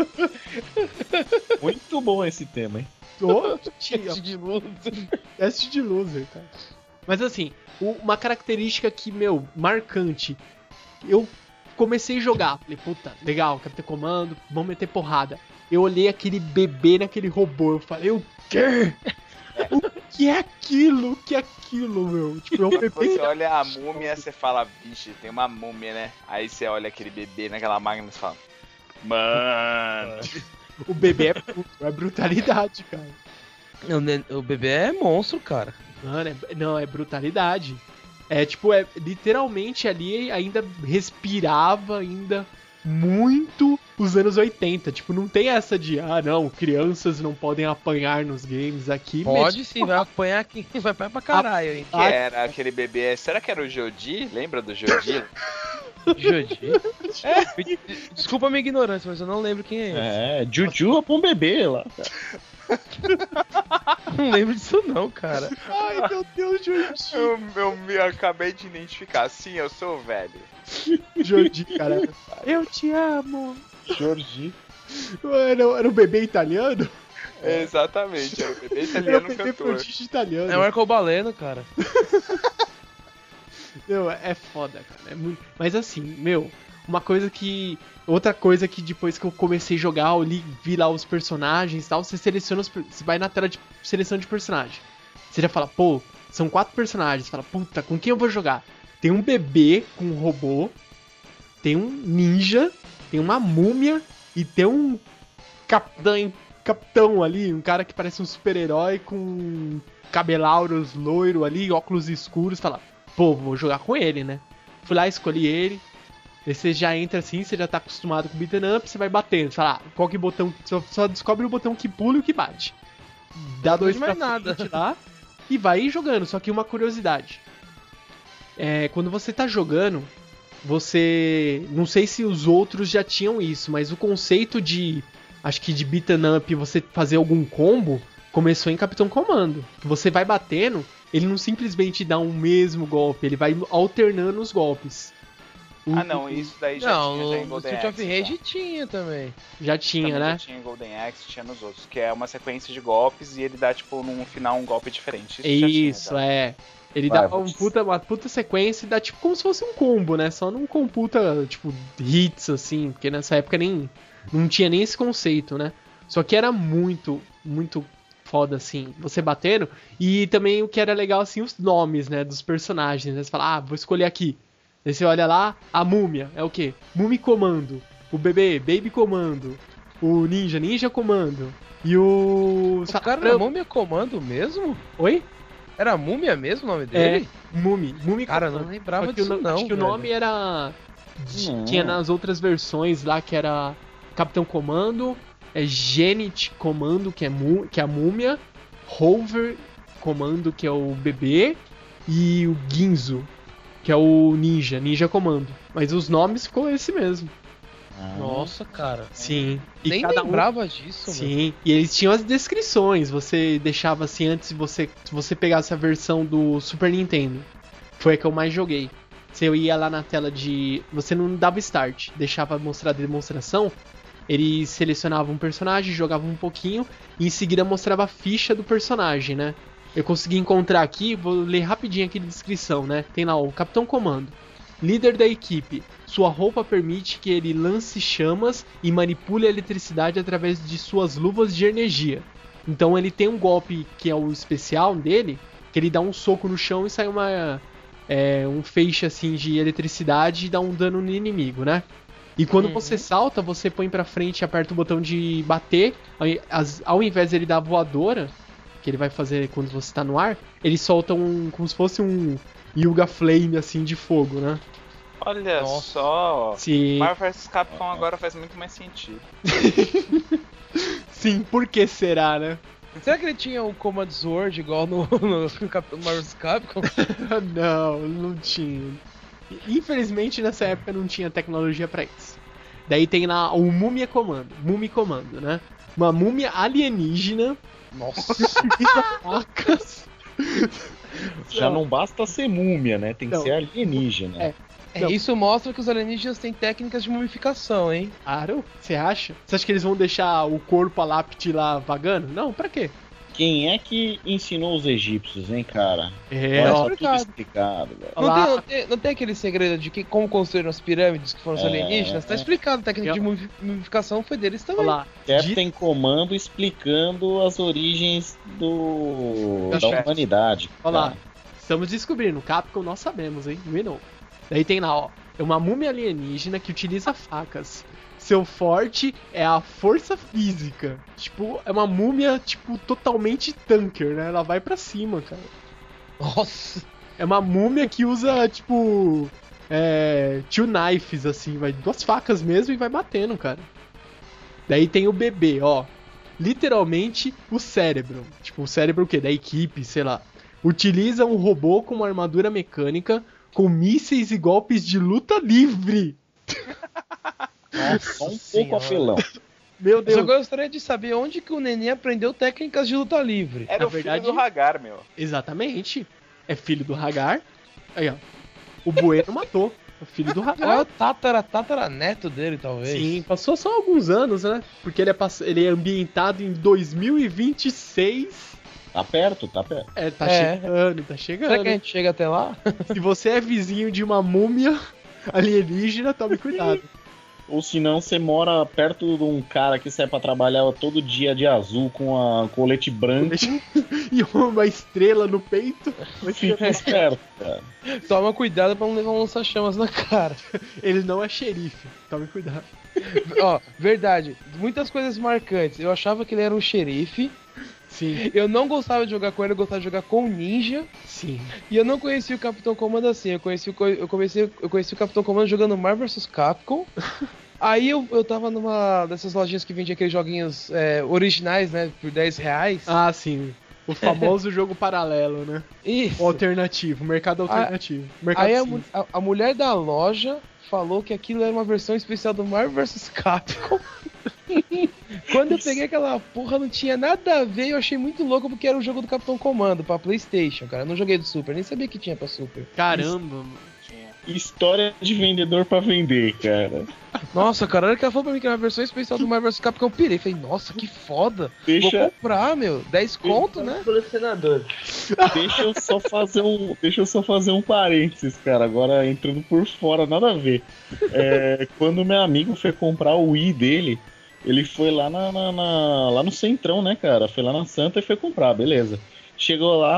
Muito bom esse tema, hein? Cast de Loser, cara. Mas assim, uma característica que, marcante. Eu comecei a jogar. Falei, puta, legal, Capitão Comando, vamos meter porrada. Eu olhei aquele bebê naquele robô. Eu falei, o quê? O que é aquilo? O que é aquilo, meu? Tipo, é um bebê. Você olha a múmia, você fala, vixe, tem uma múmia, né? Aí você olha aquele bebê naquela máquina e você fala, mano. O bebê é brutalidade, cara. O bebê é monstro, cara. Mano, não, é brutalidade. É tipo, literalmente ali ainda respirava muito os anos 80. Tipo, não tem essa de, não, crianças não podem apanhar nos games aqui. Pode sim, vai apanhar aqui, vai apanhar pra caralho, hein. Que era aquele bebê, será que era o Jodi? Lembra do Jodi? Jodi? Desculpa a minha ignorância, mas eu não lembro quem é esse. Juju pra um bebê lá. Não lembro disso não, cara. Ai, meu Deus, Jordi. Eu me acabei de identificar. Sim, eu sou o velho. Jordi, cara. Eu te amo. Jordi. Era um bebê italiano? Exatamente, era o bebê Era um italiano bebê cantor. prodígio italiano. É um arcobaleno, cara. Meu, é foda, cara. É muito... Mas assim, outra coisa que depois que eu comecei a jogar, eu vi lá os personagens e tal, você seleciona você vai na tela de seleção de personagem. Você já fala, pô, são 4 personagens. Você fala, puta, com quem eu vou jogar? Tem um bebê com um robô, tem um ninja, tem uma múmia e tem um capitão ali, um cara que parece um super-herói com cabelouros loiro ali, óculos escuros. Fala, pô, vou jogar com ele, né? Fui lá, escolhi ele. Aí você já entra assim, você já tá acostumado com beat'em up, você vai batendo. Você fala, qual que botão. Só descobre o botão que pula e o que bate. Dá 2 pra frente lá e vai jogando. Só que uma curiosidade. Quando você tá jogando, você. Não sei se os outros já tinham isso, mas o conceito de. Acho que de beat'em up você fazer algum combo começou em Capitão Comando. Que você vai batendo, ele não simplesmente dá um mesmo golpe, ele vai alternando os golpes. Não, isso daí já tinha já em No Golden Street of Axe. Rage tinha também. Já tinha, Também né? já tinha em Golden Axe, tinha nos outros, que é uma sequência de golpes e ele dá, tipo, no final um golpe diferente. Isso, já tinha, Ele dá uma puta sequência e dá tipo como se fosse um combo, né? Só não computa, tipo, hits, assim, porque nessa época não tinha nem esse conceito, né? Só que era muito, muito foda, assim, você batendo. E também o que era legal, assim, os nomes, né, dos personagens, né? Você fala, vou escolher aqui. Aí você olha lá, a múmia, é o quê? Múmia Comando. O bebê, Baby Comando. O ninja Comando. E o... O cara era Múmia Comando mesmo? Oi? Era Múmia mesmo o nome dele? Múmia Cara, eu Comando. não lembrava Só que disso não, acho que o nome era... Tinha nas outras versões lá, que era Capitão Comando, Genit Comando, que é a múmia, Rover Comando, que é o bebê, e o Ginzo, que é o ninja Comando. Mas os nomes ficou esse mesmo. Nossa, cara. Sim. E Nem cada lembrava disso, Sim, e eles tinham as descrições. Você deixava assim antes, se você pegasse a versão do Super Nintendo. Foi a que eu mais joguei. Você ia lá na tela de... Você não dava start, deixava mostrar a demonstração. Ele selecionava um personagem, jogava um pouquinho e em seguida mostrava a ficha do personagem, né? Eu consegui encontrar aqui, vou ler rapidinho aqui a descrição, né? Tem lá o Capitão Comando. Líder da equipe. Sua roupa permite que ele lance chamas e manipule a eletricidade através de suas luvas de energia. Então ele tem um golpe que é o especial dele, que ele dá um soco no chão e sai um feixe assim de eletricidade e dá um dano no inimigo, né? E quando você salta, você põe pra frente e aperta o botão de bater. Ao invés de ele dar a voadora, que ele vai fazer quando você tá no ar, ele solta como se fosse um Yuga Flame assim de fogo, né? Olha só, Sim. Marvel vs Capcom agora faz muito mais sentido. Sim, por que será, né? Será que ele tinha o Command Sword igual no Capitão Marvel vs Capcom? Não tinha. Infelizmente nessa época não tinha tecnologia pra isso. Daí tem lá o Múmia Comando, né? Uma múmia alienígena. Nossa. Facas. Já não basta ser múmia, né? Tem que ser alienígena. Isso mostra que os alienígenas têm técnicas de mumificação, hein? Claro, você acha? Você acha que eles vão deixar o corpo, a lápide lá vagando? Não, pra quê? Quem é que ensinou os egípcios, hein, cara? Ó, Tudo explicado, velho. Não tem aquele segredo de como construíram as pirâmides que foram os alienígenas? Tá explicado, a técnica de mumificação foi deles também. Olá. Captain Comando explicando as origens da humanidade. Olha lá, estamos descobrindo. Capcom nós sabemos, hein? We know. Daí tem lá, ó. É uma múmia alienígena que utiliza facas. Seu forte é a força física. Tipo, é uma múmia, tipo, totalmente tanker, né? Ela vai pra cima, cara. Nossa. É uma múmia que usa, tipo... two knives, assim. Vai 2 facas mesmo e vai batendo, cara. Daí tem o bebê, ó. Literalmente, o cérebro. Tipo, o cérebro o quê? Da equipe, sei lá. Utiliza um robô com uma armadura mecânica com mísseis e golpes de luta livre. Nossa, só um pouco apelão. Meu Deus. Eu gostaria de saber onde que o Neném aprendeu técnicas de luta livre. Era Na o verdade, filho do Hagar, meu. Exatamente. É filho do Hagar. Aí, ó. O Bueno matou. O filho do É Hagar. o tataraneto dele, talvez. Sim, passou só alguns anos, né? Porque ele é ambientado em 2026. Tá perto, tá perto. Tá chegando, tá chegando. Será que a gente chega até lá? Se você é vizinho de uma múmia alienígena, tome cuidado. Ou se não, você mora perto de um cara que sai pra trabalhar todo dia de azul com a colete branco. E uma estrela no peito. Fica esperto, cara. Toma cuidado pra não levar um lança-chamas na cara. Ele não é xerife, tome cuidado. Ó, verdade, muitas coisas marcantes. Eu achava que ele era um xerife. Sim. Eu não gostava de jogar com ele, eu gostava de jogar com o Ninja. Sim. E eu não conhecia o Capitão Comando assim. Eu conheci o Capitão Comando jogando Marvel vs Capcom. Aí eu tava numa dessas lojinhas que vendia aqueles joguinhos originais, né? Por R$10. Ah, sim. O famoso jogo paralelo, né? Isso. O alternativo, mercado alternativo. Mercado Aí sim. a mulher da loja falou que aquilo era uma versão especial do Marvel vs Capcom. Quando eu peguei aquela porra, não tinha nada a ver. Eu achei muito louco porque era o jogo do Capitão Comando pra PlayStation, cara. Eu não joguei do Super, nem sabia que tinha pra Super. Caramba, mano. História de vendedor pra vender, cara. Nossa, cara, a hora que ela falou pra mim que era uma versão especial do Marvel vs Capcom, eu pirei. Falei, nossa, que foda. Vou comprar, meu. 10 conto, né? Colecionador. Deixa eu só fazer um parênteses, cara. Agora entrando por fora, nada a ver. Quando meu amigo foi comprar o Wii dele, ele foi lá lá no Centrão, né, cara? Foi lá na Santa e foi comprar, beleza. Chegou lá.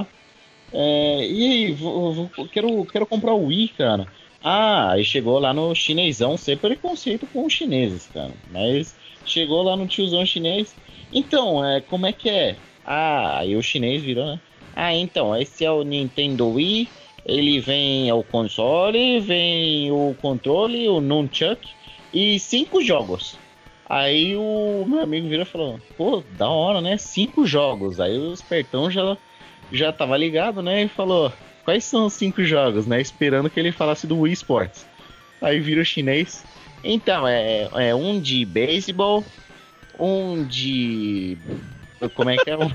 E aí, quero comprar o Wii, cara. Aí chegou lá no chinesão, sem preconceito com os chineses, cara. Mas chegou lá no tiozão chinês. Então, como é que é? Aí o chinês virou, né? Então, esse é o Nintendo Wii. Ele vem o console, vem o controle, o nunchuck e 5 jogos. Aí o meu amigo virou e falou: pô, da hora, né? 5 jogos. Aí o espertão já tava ligado, né? E falou: quais são os 5 jogos, né? Esperando que ele falasse do Wii Sports. Aí vira o chinês. Então, é um de beisebol, um de... Como é que é?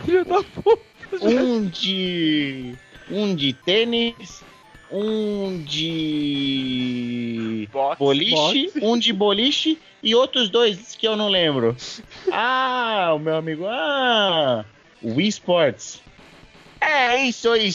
Um de tênis, um de boliche, um de boliche e outros 2 que eu não lembro. O meu amigo, Wii Sports. É isso aí.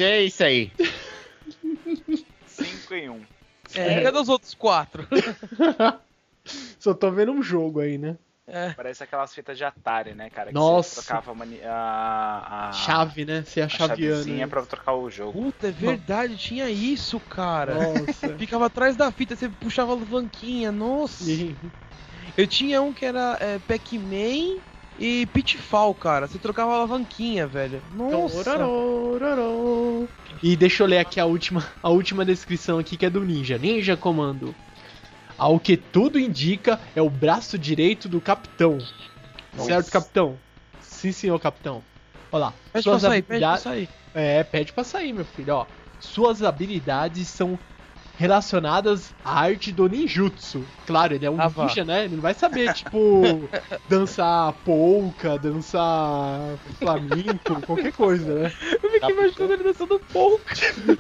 5 em 1. Cadê os outros 4? Só tô vendo um jogo aí, né? Parece aquelas fitas de Atari, né, cara? Que Nossa. você trocava a Chave, né? Você ia a chaveando. chavezinha Né? pra trocar o jogo. Puta, é verdade, tinha isso, cara. Nossa. Ficava atrás da fita, você puxava a alavanquinha, nossa. Sim. Eu tinha um que era Pac-Man e Pitfall, cara. Você trocava a alavanquinha, velho. Nossa. Torororororô. E deixa eu ler aqui a última descrição aqui, que é do Ninja. Ninja Comando. Ao que tudo indica, é o braço direito do capitão. Nossa. Certo, capitão? Sim, senhor, capitão. Olha lá. Pede pra sair. Pede pra sair, meu filho, ó. Suas habilidades são relacionadas à arte do ninjutsu. Claro, ele é um ninja, né? Ele não vai saber, tipo, dançar polka, dançar flamenco, qualquer coisa, né? Eu fiquei imaginando ele dançando polka.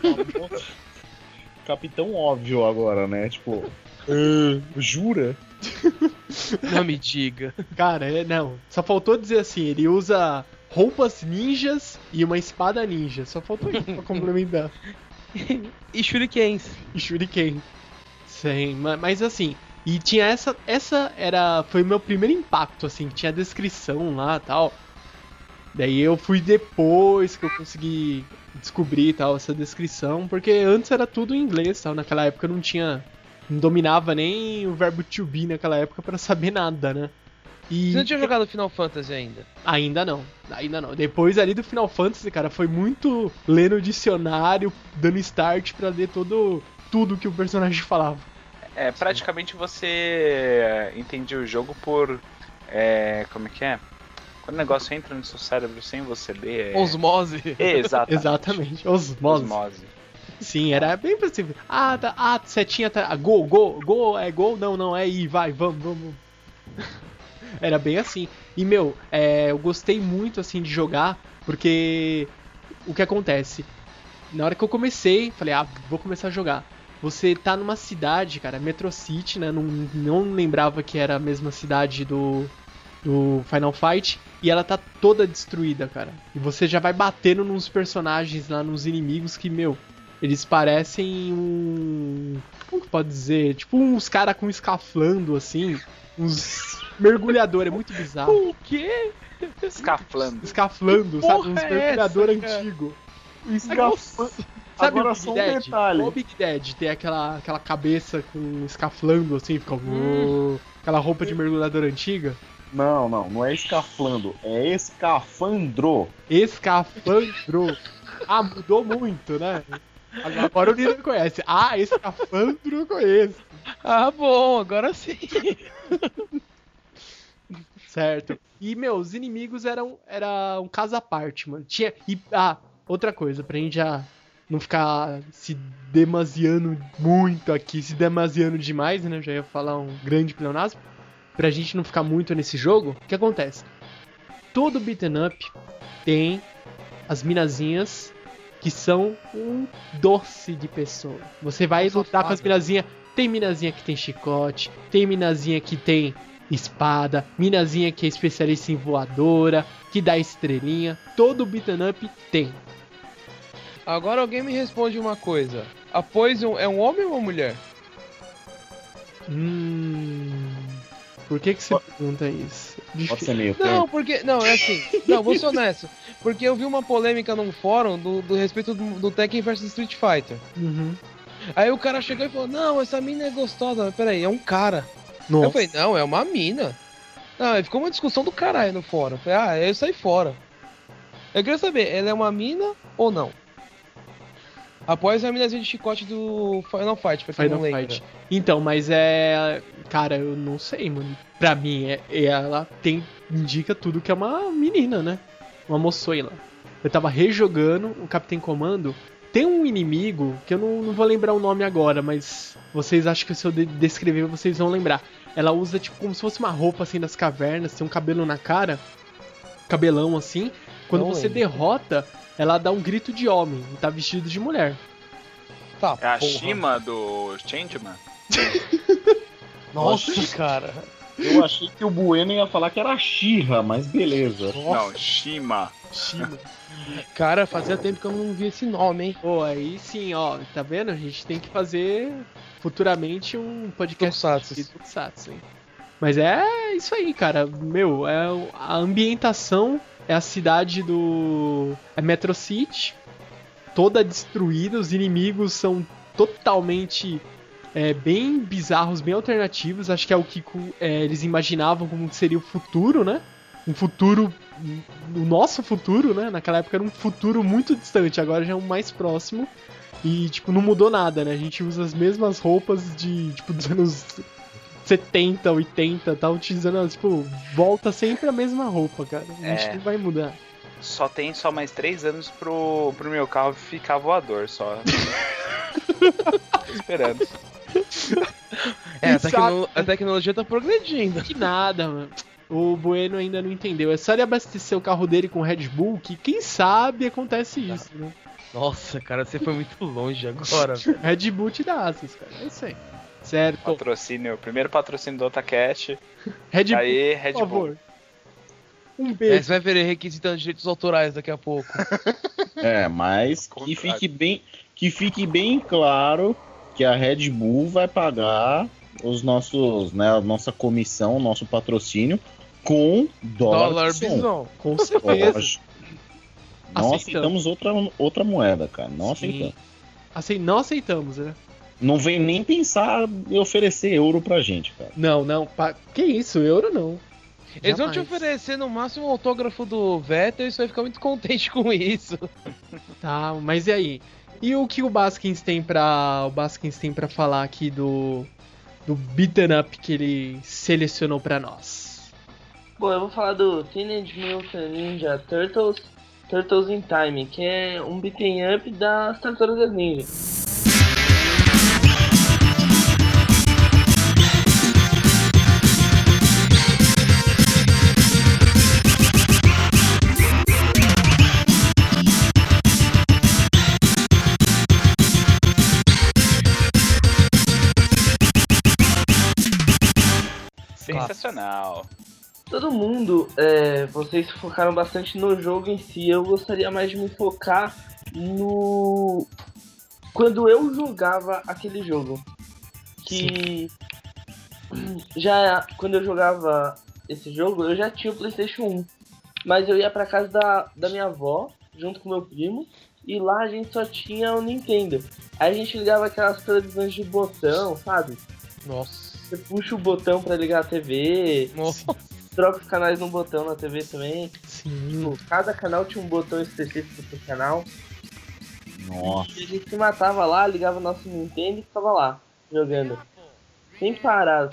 Capitão óbvio agora, né? Tipo, jura? Não me diga. Cara, não. Só faltou dizer assim, ele usa roupas ninjas e uma espada ninja. Só faltou isso pra complementar. E shurikens. E shuriken. Sim, mas assim... E tinha essa foi o meu primeiro impacto, assim. Tinha a descrição lá e tal. Daí eu fui depois que eu consegui descobrir tal, essa descrição. Porque antes era tudo em inglês tal. Naquela época eu não dominava nem o verbo to be naquela época pra saber nada, né? E... Você não tinha jogado Final Fantasy ainda? Ainda não. Depois ali do Final Fantasy, cara, foi muito lendo o dicionário, dando start pra ler tudo que o personagem falava. Praticamente você entende o jogo por... como é que é? Quando o negócio entra no seu cérebro sem você ler... Osmose. Exatamente. Osmose. Sim, era bem possível. Setinha tá... Gol, é gol? Não, é ir, vai, vamos. Era bem assim. E, eu gostei muito, assim, de jogar, porque o que acontece? Na hora que eu comecei, falei, vou começar a jogar. Você tá numa cidade, cara, Metro City, né? Não lembrava que era a mesma cidade do Final Fight. E ela tá toda destruída, cara. E você já vai batendo nos personagens lá, nos inimigos que, eles parecem como que pode dizer? Tipo uns caras com escaflando, assim. Uns mergulhadores, é muito bizarro. O quê? Escaflando, sabe? Uns mergulhadores antigos. Sabe agora o só um Big Dead? detalhe. O Big Dead tem aquela cabeça com escaflando, assim, fica... aquela roupa de mergulhador antiga. Não é escaflando, é escafandro. Escafandro. Mudou muito, né? Agora o Nino conhece. Escafandro eu conheço. Bom, agora sim. Certo. E, os inimigos eram um caso à parte, mano. Outra coisa, pra gente já não ficar se demasiando muito aqui, se demasiando demais, né? Eu já ia falar um grande pleonasmo. Pra gente não ficar muito nesse jogo, o que acontece? Todo beat'em up tem as minazinhas que são um doce de pessoa. Você vai lutar com as minazinhas. Tem minazinha que tem chicote, tem minazinha que tem espada, minazinha que é especialista em voadora, que dá estrelinha. Todo beat'em up tem. Agora alguém me responde uma coisa. A Poison é um homem ou uma mulher? Por que você pergunta isso? Pode ser meio Não, porque... Não, é assim. Não, vou ser honesto. Porque eu vi uma polêmica num fórum do respeito do Tekken vs Street Fighter. Uhum. Aí o cara chegou e falou, não, essa mina é gostosa. Mas peraí, é um cara. Nossa. Eu falei, não, é uma mina. Não, ficou uma discussão do caralho no fórum. Eu falei, eu saí fora. Eu queria saber, ela é uma mina ou não? Após a minazinha de chicote do Final Fight, pra quem não lembra. Então, mas cara, eu não sei, mano. Pra mim, ela indica tudo que é uma menina, né? Uma moçoila. Eu tava rejogando o Capitão Comando. Tem um inimigo, que eu não vou lembrar o nome agora, mas vocês acham que se eu descrever, vocês vão lembrar. Ela usa, tipo, como se fosse uma roupa, assim, das cavernas, tem um cabelo na cara, cabelão, assim. Quando você derrota, ela dá um grito de homem e tá vestido de mulher. Tá, é a Shima do Changeman? Nossa, cara. Eu achei que o Bueno ia falar que era She-Ra, mas beleza. Não, Shima. Cara, fazia tempo que eu não vi esse nome, hein? Pô, aí sim, ó, tá vendo? A gente tem que fazer futuramente um podcast Tokusatsu. de Tokusatsu, hein? Mas é isso aí, cara. Meu, a ambientação é a cidade do... É Metro City, toda destruída, os inimigos são totalmente bem bizarros, bem alternativos. Acho que é o que eles imaginavam como seria o futuro, né? Um futuro, o nosso futuro, né? Naquela época era um futuro muito distante, agora já é um mais próximo. E, tipo, não mudou nada, né? A gente usa as mesmas roupas dos anos 70, 80, tá utilizando, tipo, volta sempre a mesma roupa, cara. A gente não vai mudar. Só tem mais 3 anos pro meu carro ficar voador, só. Tô esperando. A tecnologia tá progredindo. Que nada, mano. O Bueno ainda não entendeu. É só ele abastecer o carro dele com Red Bull que, quem sabe, acontece isso, né? Nossa, cara, você foi muito longe agora. Red Bull te dá asas, cara. É isso aí. Certo. Patrocínio, primeiro patrocínio do Otacast. Red Bull, Aí, Red por Bull. favor. Um beijo. Você vai ver requisitando direitos autorais daqui a pouco. Mas que fique bem claro que a Red Bull vai pagar os nossos, né, a nossa comissão, o nosso patrocínio com dólar Bison. Com certeza. Lógico. Não aceitamos outra moeda, cara. Não aceitamos. Não aceitamos, né? Não vem nem pensar em oferecer euro pra gente, cara. Não. Que isso? Euro não. Eles vão te Jamais. oferecer no máximo um autógrafo do Vettel e você vai ficar muito contente com isso. Tá, mas e aí? E o que o Baskins tem pra falar aqui do beaten up que ele selecionou pra nós? Bom, eu vou falar do Teenage Mutant Ninja Turtles in Time, que é um beaten up das Tartarugas Ninja. Sensacional. Todo mundo, vocês focaram bastante no jogo em si. Eu gostaria mais de me focar no... Quando eu jogava aquele jogo. Que... Quando eu jogava esse jogo, eu já tinha o PlayStation 1. Mas eu ia pra casa da minha avó, junto com meu primo. E lá a gente só tinha o Nintendo. Aí a gente ligava aquelas televisões de botão, sabe? Nossa. Você puxa o botão pra ligar a TV. Nossa. Troca os canais num botão na TV também. Sim. Cada canal tinha um botão específico pro canal. Nossa. E a gente se matava lá, ligava o nosso Nintendo e ficava lá, jogando. Sem parar.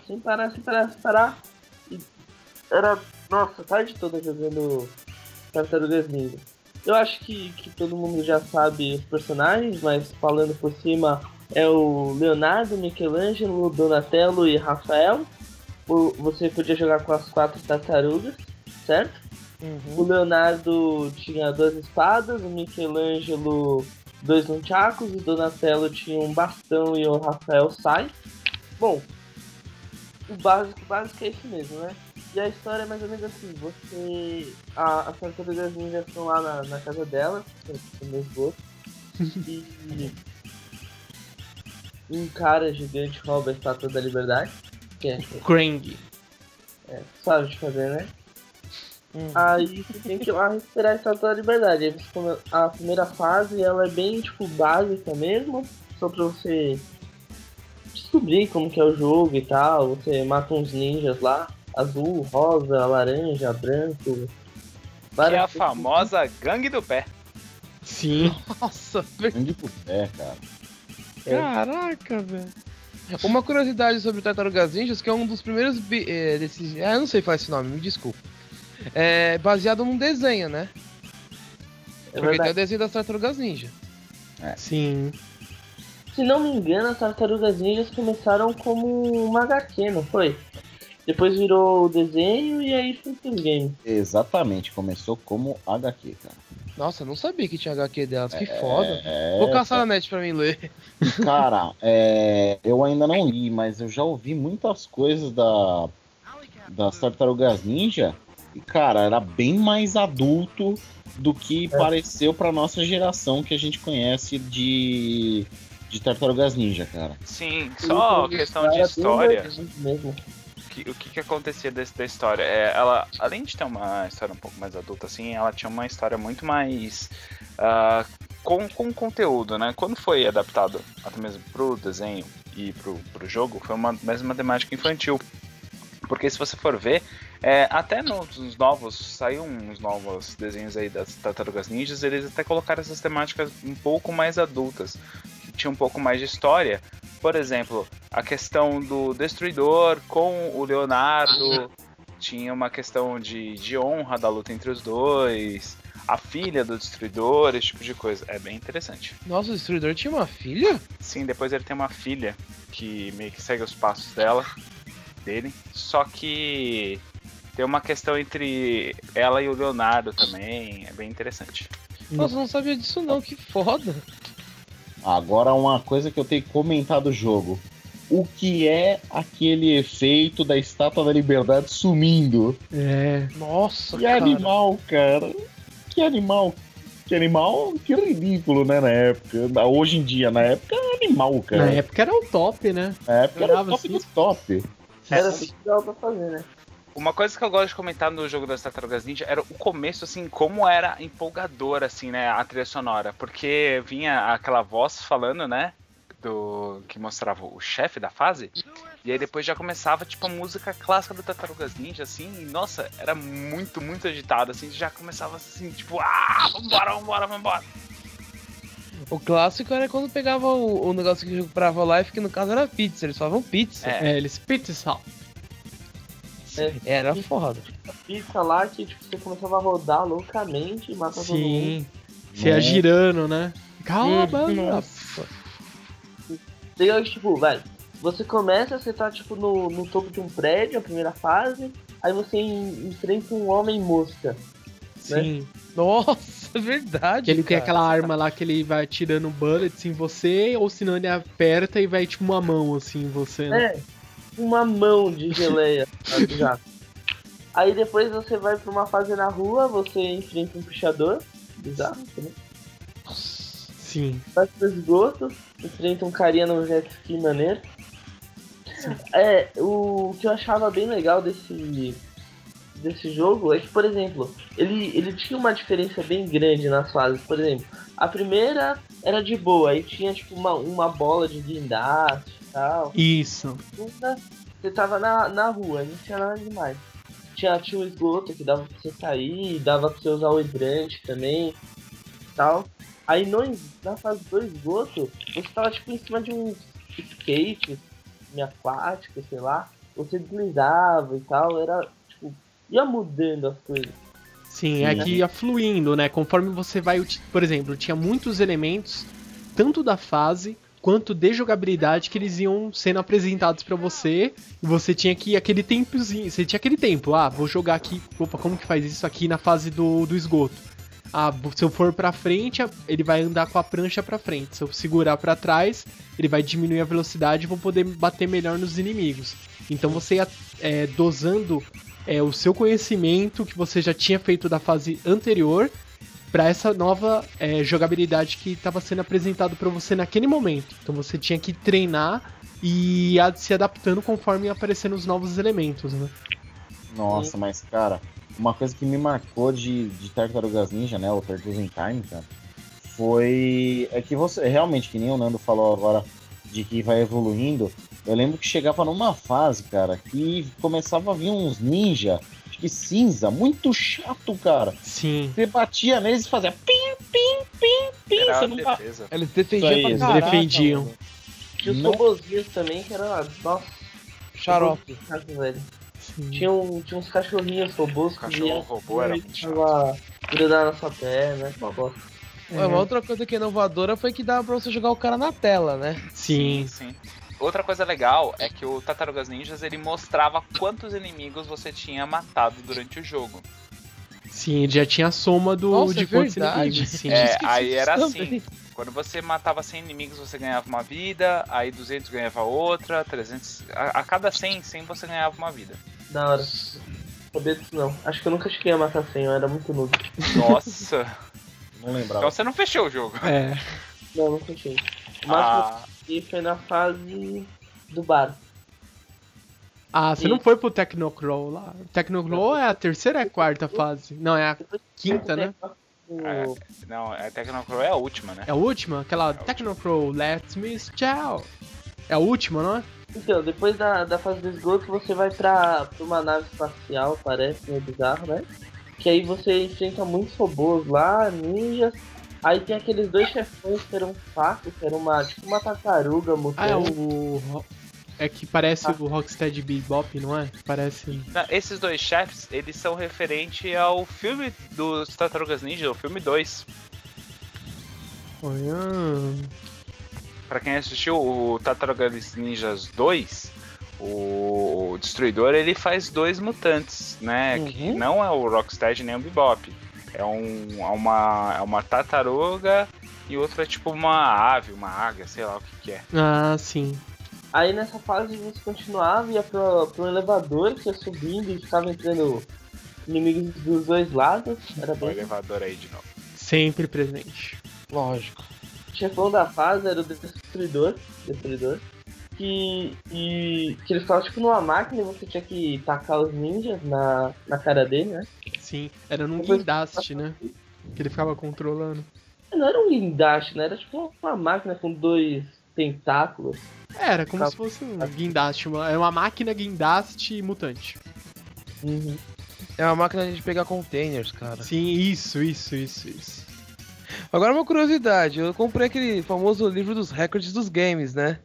E era, nossa, a tarde toda jogando Tartarugas Ninja. Eu acho que todo mundo já sabe os personagens, mas falando por cima, é o Leonardo, Michelangelo, Donatello e Rafael. Você podia jogar com as 4 tartarugas, certo? Uhum. O Leonardo tinha 2 espadas, o Michelangelo 2 nunchakus, o Donatello tinha um bastão e o Rafael sai. Bom, o básico é isso mesmo, né? E a história é mais ou menos assim, as tartarugas ninjas estão lá na casa dela, no meu esgoto, e um cara gigante rouba a Estátua da Liberdade, que é Krang. suave de fazer, né? Aí você tem que ir lá recuperar a Estátua da Liberdade. Aí a primeira fase ela é bem tipo básica mesmo, só pra você descobrir como que é o jogo e tal. Você mata uns ninjas lá, azul, rosa, laranja, branco. Que é a famosa gangue do pé. Sim. Nossa, Grande pro pé, cara. caraca, velho. Uma curiosidade sobre o Tartarugas Ninjas, que é um dos primeiros desses... eu não sei falar esse nome, me desculpa. É baseado num desenho, né? Porque tem o desenho das Tartarugas Ninja. Sim. Se não me engano, as Tartarugas Ninjas começaram como uma HQ, não foi? Depois virou o desenho e aí foi pro game. Exatamente, começou como HQ, cara. Nossa, eu não sabia que tinha HQ delas, que foda. Vou caçar na net pra mim ler. Cara, eu ainda não li, mas eu já ouvi muitas coisas das Tartarugas Ninja, e, cara, era bem mais adulto do que pareceu pra nossa geração que a gente conhece de Tartarugas Ninja, cara. Sim, só questão de história. Mesmo. O que acontecia da história? Ela, além de ter uma história um pouco mais adulta, assim, ela tinha uma história muito mais com conteúdo, né? Quando foi adaptado até mesmo pro desenho e pro jogo, foi mais uma temática infantil. Porque se você for ver, até nos novos, saiu uns novos desenhos aí das Tartarugas Ninjas, eles até colocaram essas temáticas um pouco mais adultas, que tinha um pouco mais de história. Por exemplo, a questão do Destruidor com o Leonardo, tinha uma questão de honra da luta entre os dois, a filha do Destruidor, esse tipo de coisa. É bem interessante. Nossa, o Destruidor tinha uma filha? Sim, depois ele tem uma filha que meio que segue os passos dele. Só que tem uma questão entre ela e o Leonardo também, é bem interessante. Nossa, eu não sabia disso não, que foda. Agora uma coisa que eu tenho que comentar do jogo. O que é aquele efeito da Estátua da Liberdade sumindo? Nossa, Que cara. animal, cara. Que animal. Que ridículo, né, na época. Hoje em dia, na época, era animal, cara. Na época era o top, né? Na época era o Jogava top assim. do top. Era assim que dava pra fazer, né? Uma coisa que eu gosto de comentar no jogo das Tartarugas Ninja era o começo, assim, como era empolgador, assim, né, a trilha sonora. Porque vinha aquela voz falando, né, que mostrava o chefe da fase. E aí depois já começava, tipo, a música clássica do Tartarugas Ninja, assim. E, nossa, era muito, muito agitado, assim. Já começava, assim, tipo, vambora. O clássico era quando pegava o negócio que recuperava o life, que no caso era pizza, eles falavam pizza. Eles pizza. Era foda. A pizza lá que tipo, você começava a rodar loucamente e matar todo mundo. Sim. Você ia girando, né? Calma, Nossa. Legal que, tipo, você começa, você tá tipo no topo de um prédio, a primeira fase, aí você enfrenta um homem mosca. Sim. Nossa, verdade. Que ele tem cara. aquela arma lá que ele vai tirando bullets em você, ou senão ele aperta e vai tipo uma mão assim em você, né? Uma mão de geleia, sabe, já. Aí depois você vai pra uma fase na rua, você enfrenta um pichador, bizarro, né? Sim. Vai pro esgoto, enfrenta um carinha num jet ski maneiro. O que eu achava bem legal desse jogo é que, por exemplo, ele tinha uma diferença bem grande nas fases. Por exemplo, a primeira era de boa, aí tinha tipo uma bola de guindaste e tal. Isso. Segunda, você tava na rua, não tinha nada demais. Tinha um esgoto que dava pra você sair, dava pra você usar o hidrante também e tal. Aí na fase do esgoto, você tava tipo em cima de um skate aquático, sei lá. Você deslizava e tal, era tipo, ia mudando as coisas. Sim, é que ia fluindo, né? Conforme você vai... Por exemplo, tinha muitos elementos, tanto da fase quanto de jogabilidade, que eles iam sendo apresentados pra você. E você tinha que aquele tempozinho... Você tinha aquele tempo. Vou jogar aqui... Opa, como que faz isso aqui na fase do esgoto? Se eu for pra frente, ele vai andar com a prancha pra frente. Se eu segurar pra trás, ele vai diminuir a velocidade e vou poder bater melhor nos inimigos. Então você ia dosando... o seu conhecimento que você já tinha feito da fase anterior para essa nova jogabilidade que estava sendo apresentado para você naquele momento. Então você tinha que treinar e se adaptando conforme aparecendo os novos elementos, né? Nossa, mas cara, uma coisa que me marcou de Tartarugas Ninja, né, o Turtles in Time, cara, foi que você, realmente, que nem o Nando falou agora, de que vai evoluindo. Eu lembro que chegava numa fase, cara, que começava a vir uns ninja, acho que cinza, muito chato, cara. Sim. Você batia neles e fazia pim. Era Você a não defesa. Eles defendiam Isso aí, pra eles caraca, defendiam. mano. Tinha os Não. robozinhos também, que era, nossa, Xarope. velho. Sim. Tinha uns cachorrinhos robôs que Cachorro vinham robô era muito chato. tava grudando na sua perna, uma bosta. Uma outra coisa que é inovadora foi que dava pra você jogar o cara na tela, né? Sim. Outra coisa legal é que o Tartarugas Ninjas ele mostrava quantos inimigos você tinha matado durante o jogo. Sim, já tinha a soma Nossa, de é quantos verdade. inimigos. Sim. Aí era assim. Quando você matava 100 inimigos, você ganhava uma vida, aí 200 ganhava outra, 300... A cada 100 você ganhava uma vida. Da hora. Sabia disso não. Acho que eu nunca cheguei a matar 100, eu era muito noob. Nossa! Não lembrava. Então você não fechou o jogo. É. Não, não fechei. O máximo que foi na fase do bar. Ah, você não foi pro Technocrawl lá. O Technocrawl é a terceira ou é a quarta fase? Não, é a quinta, né? Não, a Technocrawl é a última, né? É a última? Aquela Technocrawl, Let's Miss Ciao. É a última, não é? Então, depois da fase do esgoto, você vai pra uma nave espacial, parece, meio bizarro, né? Que aí você enfrenta muitos robôs lá, ninjas. Aí tem aqueles dois chefões que eram facos, que era tipo uma tartaruga mutante. Ah, é o... É que parece o Rocksteady Bebop, não é? Parece... Não, esses dois chefes, eles são referentes ao filme dos Tartarugas Ninja, o filme 2. Olha... Pra quem assistiu o Tartarugas Ninjas 2, o Destruidor, ele faz dois mutantes, né? Que não é o Rocksteady nem o Bebop. É uma tartaruga e outra é tipo uma ave, uma águia, sei lá o que é. Ah, sim. Aí nessa fase você continuava, ia pro elevador, que ia subindo e ficava entrando inimigos dos dois lados. Era O bem... elevador aí de novo. Sempre presente. Lógico. O chefão da fase era o Destruidor. Que ele ficava tipo numa máquina e você tinha que tacar os ninjas na cara dele, né? Sim, era num Depois- guindaste, né? Que ele ficava controlando. Não era um guindaste, né? Era tipo uma máquina com dois tentáculos. Era como se fosse um guindaste, é uma máquina guindaste mutante. Uhum. É uma máquina de pegar containers, cara. Sim, isso. Agora uma curiosidade, eu comprei aquele famoso livro dos recordes dos games, né?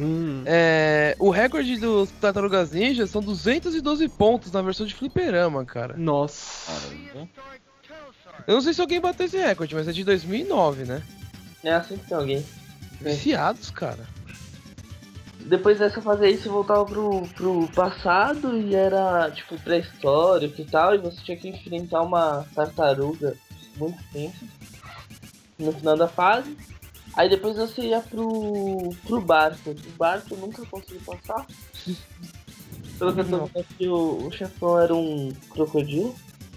O recorde dos Tartarugas Ninja são 212 pontos na versão de fliperama, cara. Nossa. Caramba. Eu não sei se alguém bateu esse recorde, mas é de 2009, né? É assim que tem alguém. Viciados, cara. Depois dessa fase aí, você voltava pro passado e era tipo pré-histórico e tal, e você tinha que enfrentar uma tartaruga muito tensa no final da fase. Aí depois você ia pro barco. O barco eu nunca consegui passar. Pelo que eu tô vendo aqui, o chefão era um crocodilo.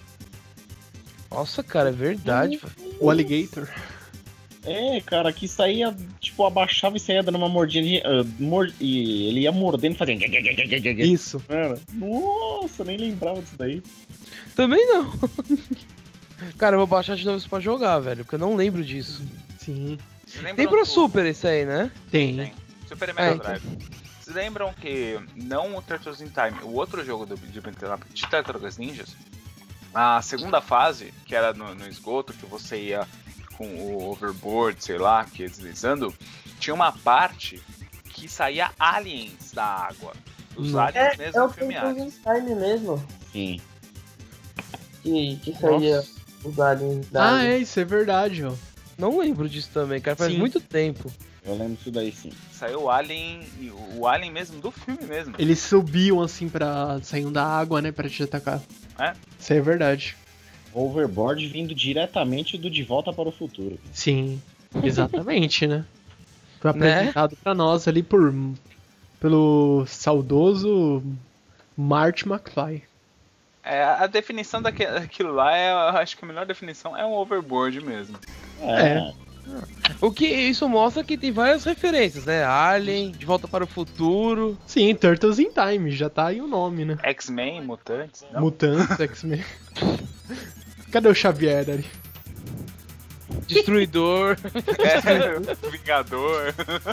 Nossa, cara, é verdade. O Alligator. É, cara, que saía, tipo, abaixava e saía dando uma mordidinha. E ele ia mordendo e fazendo. Isso. Cara, nossa, nem lembrava disso daí. Também não. Cara, eu vou baixar de novo isso pra jogar, velho, porque eu não lembro disso. Sim. Vocês lembram Tem pro do- Super esse aí, né? Tem. Tem. Super Mega então. Drive. Vocês lembram que, não o Turtles in Time, o outro jogo de beat'em up de Tartarugas Ninjas, a segunda fase, que era no esgoto, que você ia com o overboard, sei lá, que ia deslizando, tinha uma parte que saía aliens da água. Os aliens mesmo É o filmeados. Time mesmo. Sim. Que saía Nossa. os aliens da Ah, água. é, isso é verdade, ó. Não lembro disso também, cara, faz Sim. muito tempo. Eu lembro disso daí, sim. Saiu o alien mesmo, do filme mesmo. Eles subiam assim saiam da água, né, pra te atacar. É? Isso é verdade. Overboard vindo diretamente do De Volta para o Futuro. Sim, exatamente, né? Foi Né? apresentado pra nós ali pelo saudoso Marty McFly. É, a definição daquilo lá, eu acho que a melhor definição é um overboard mesmo. É. O que isso mostra que tem várias referências, né? Alien, De Volta para o Futuro. Sim, Turtles in Time, já tá aí o nome, né? X-Men, Mutantes. Não? Mutantes, X-Men. Cadê o Xavier ali? Destruidor. É, Vingador.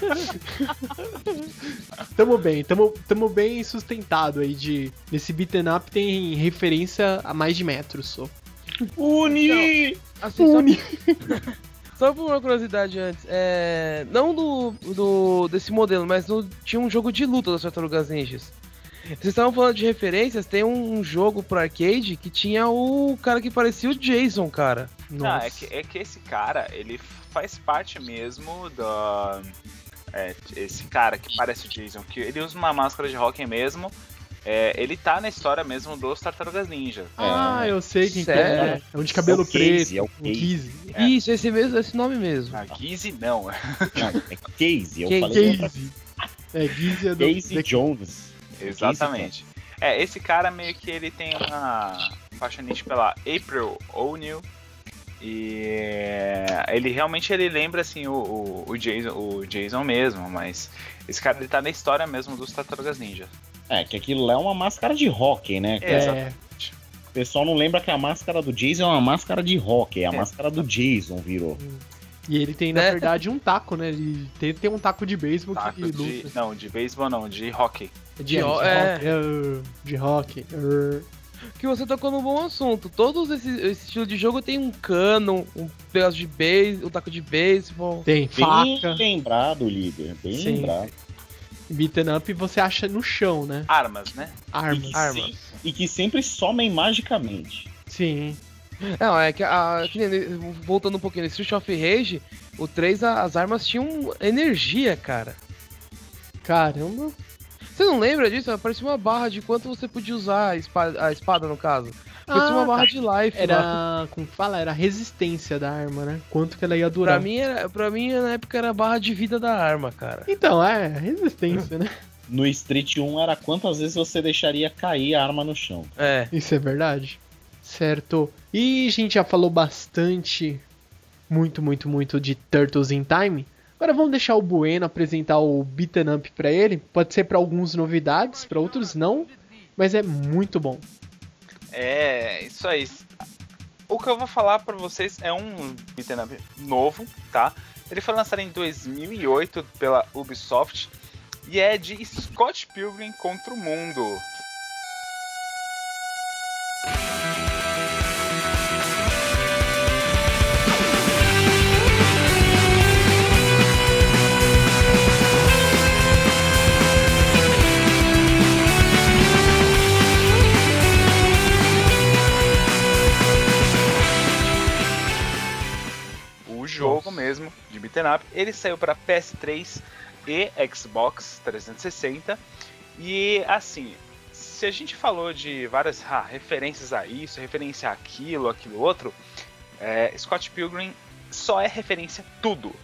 Tamo bem sustentado aí nesse beat'em up tem referência a mais de metros só. Uni! Assim, só por uma curiosidade antes, não desse modelo, mas tinha um jogo de luta das Tartarugas Ninjas. Vocês estavam falando de referências, tem um jogo pro arcade que tinha o cara que parecia o Jason, cara. Não, Nossa. é que esse cara, ele faz parte mesmo da... esse cara que parece o Jason, que ele usa uma máscara de rock mesmo, ele tá na história mesmo dos Tartarugas Ninja. Ah, eu sei quem que Sério? é. É um de cabelo É o Casey, preto. é o um Casey. Isso, esse mesmo, esse nome mesmo. A Gizzy não. Não, é Casey, eu Casey. falei outra Casey. É, Casey é do... Casey Jones. Exatamente. Esse cara meio que ele tem uma apaixonite pela April O'Neil. E ele realmente lembra assim o Jason mesmo, mas esse cara ele tá na história mesmo dos Tartarugas Ninja. Que aquilo lá é uma máscara de hockey, né? cara? Exatamente. O pessoal não lembra que a máscara do Jason é uma máscara de hockey, a máscara do Jason virou. E ele tem, na verdade, um taco, né? Ele tem um taco de beisebol Taco que luta. Não, de beisebol não, de hockey. De hockey. De hockey. Que você tocou num bom assunto. Todos esse estilo de jogo tem um cano, um pedaço de beisebol, um taco de beisebol. Tem Bem faca. lembrado, líder, bem Sim. lembrado. Beaten up você acha no chão, né? Armas, né? Armas. E que sempre somem magicamente. Sim. Não, é que nem- voltando um pouquinho, no Street of Rage, o 3, as armas tinham energia, cara. Caramba. Você não lembra disso? Parecia uma barra de quanto você podia usar a espada no caso. Parecia uma barra de life lá. Era, como fala, era a resistência da arma, né? Quanto que ela ia durar. Pra mim, na época, era a barra de vida da arma, cara. Então, resistência, né? No Street 1 era quantas vezes você deixaria cair a arma no chão. É. Isso é verdade. Certo. E a gente já falou bastante, muito de Turtles in Time. Agora vamos deixar o Bueno apresentar o Beaten Up pra ele. Pode ser pra alguns novidades, pra outros não, mas é muito bom. Isso aí. O que eu vou falar pra vocês é um beat'em up novo, tá? Ele foi lançado em 2008 pela Ubisoft e é de Scott Pilgrim contra o Mundo. O jogo mesmo de beat'em up, ele saiu para PS3 e Xbox 360 e assim, se a gente falou de várias referências a isso, referência àquilo, aquilo outro, Scott Pilgrim só é referência a tudo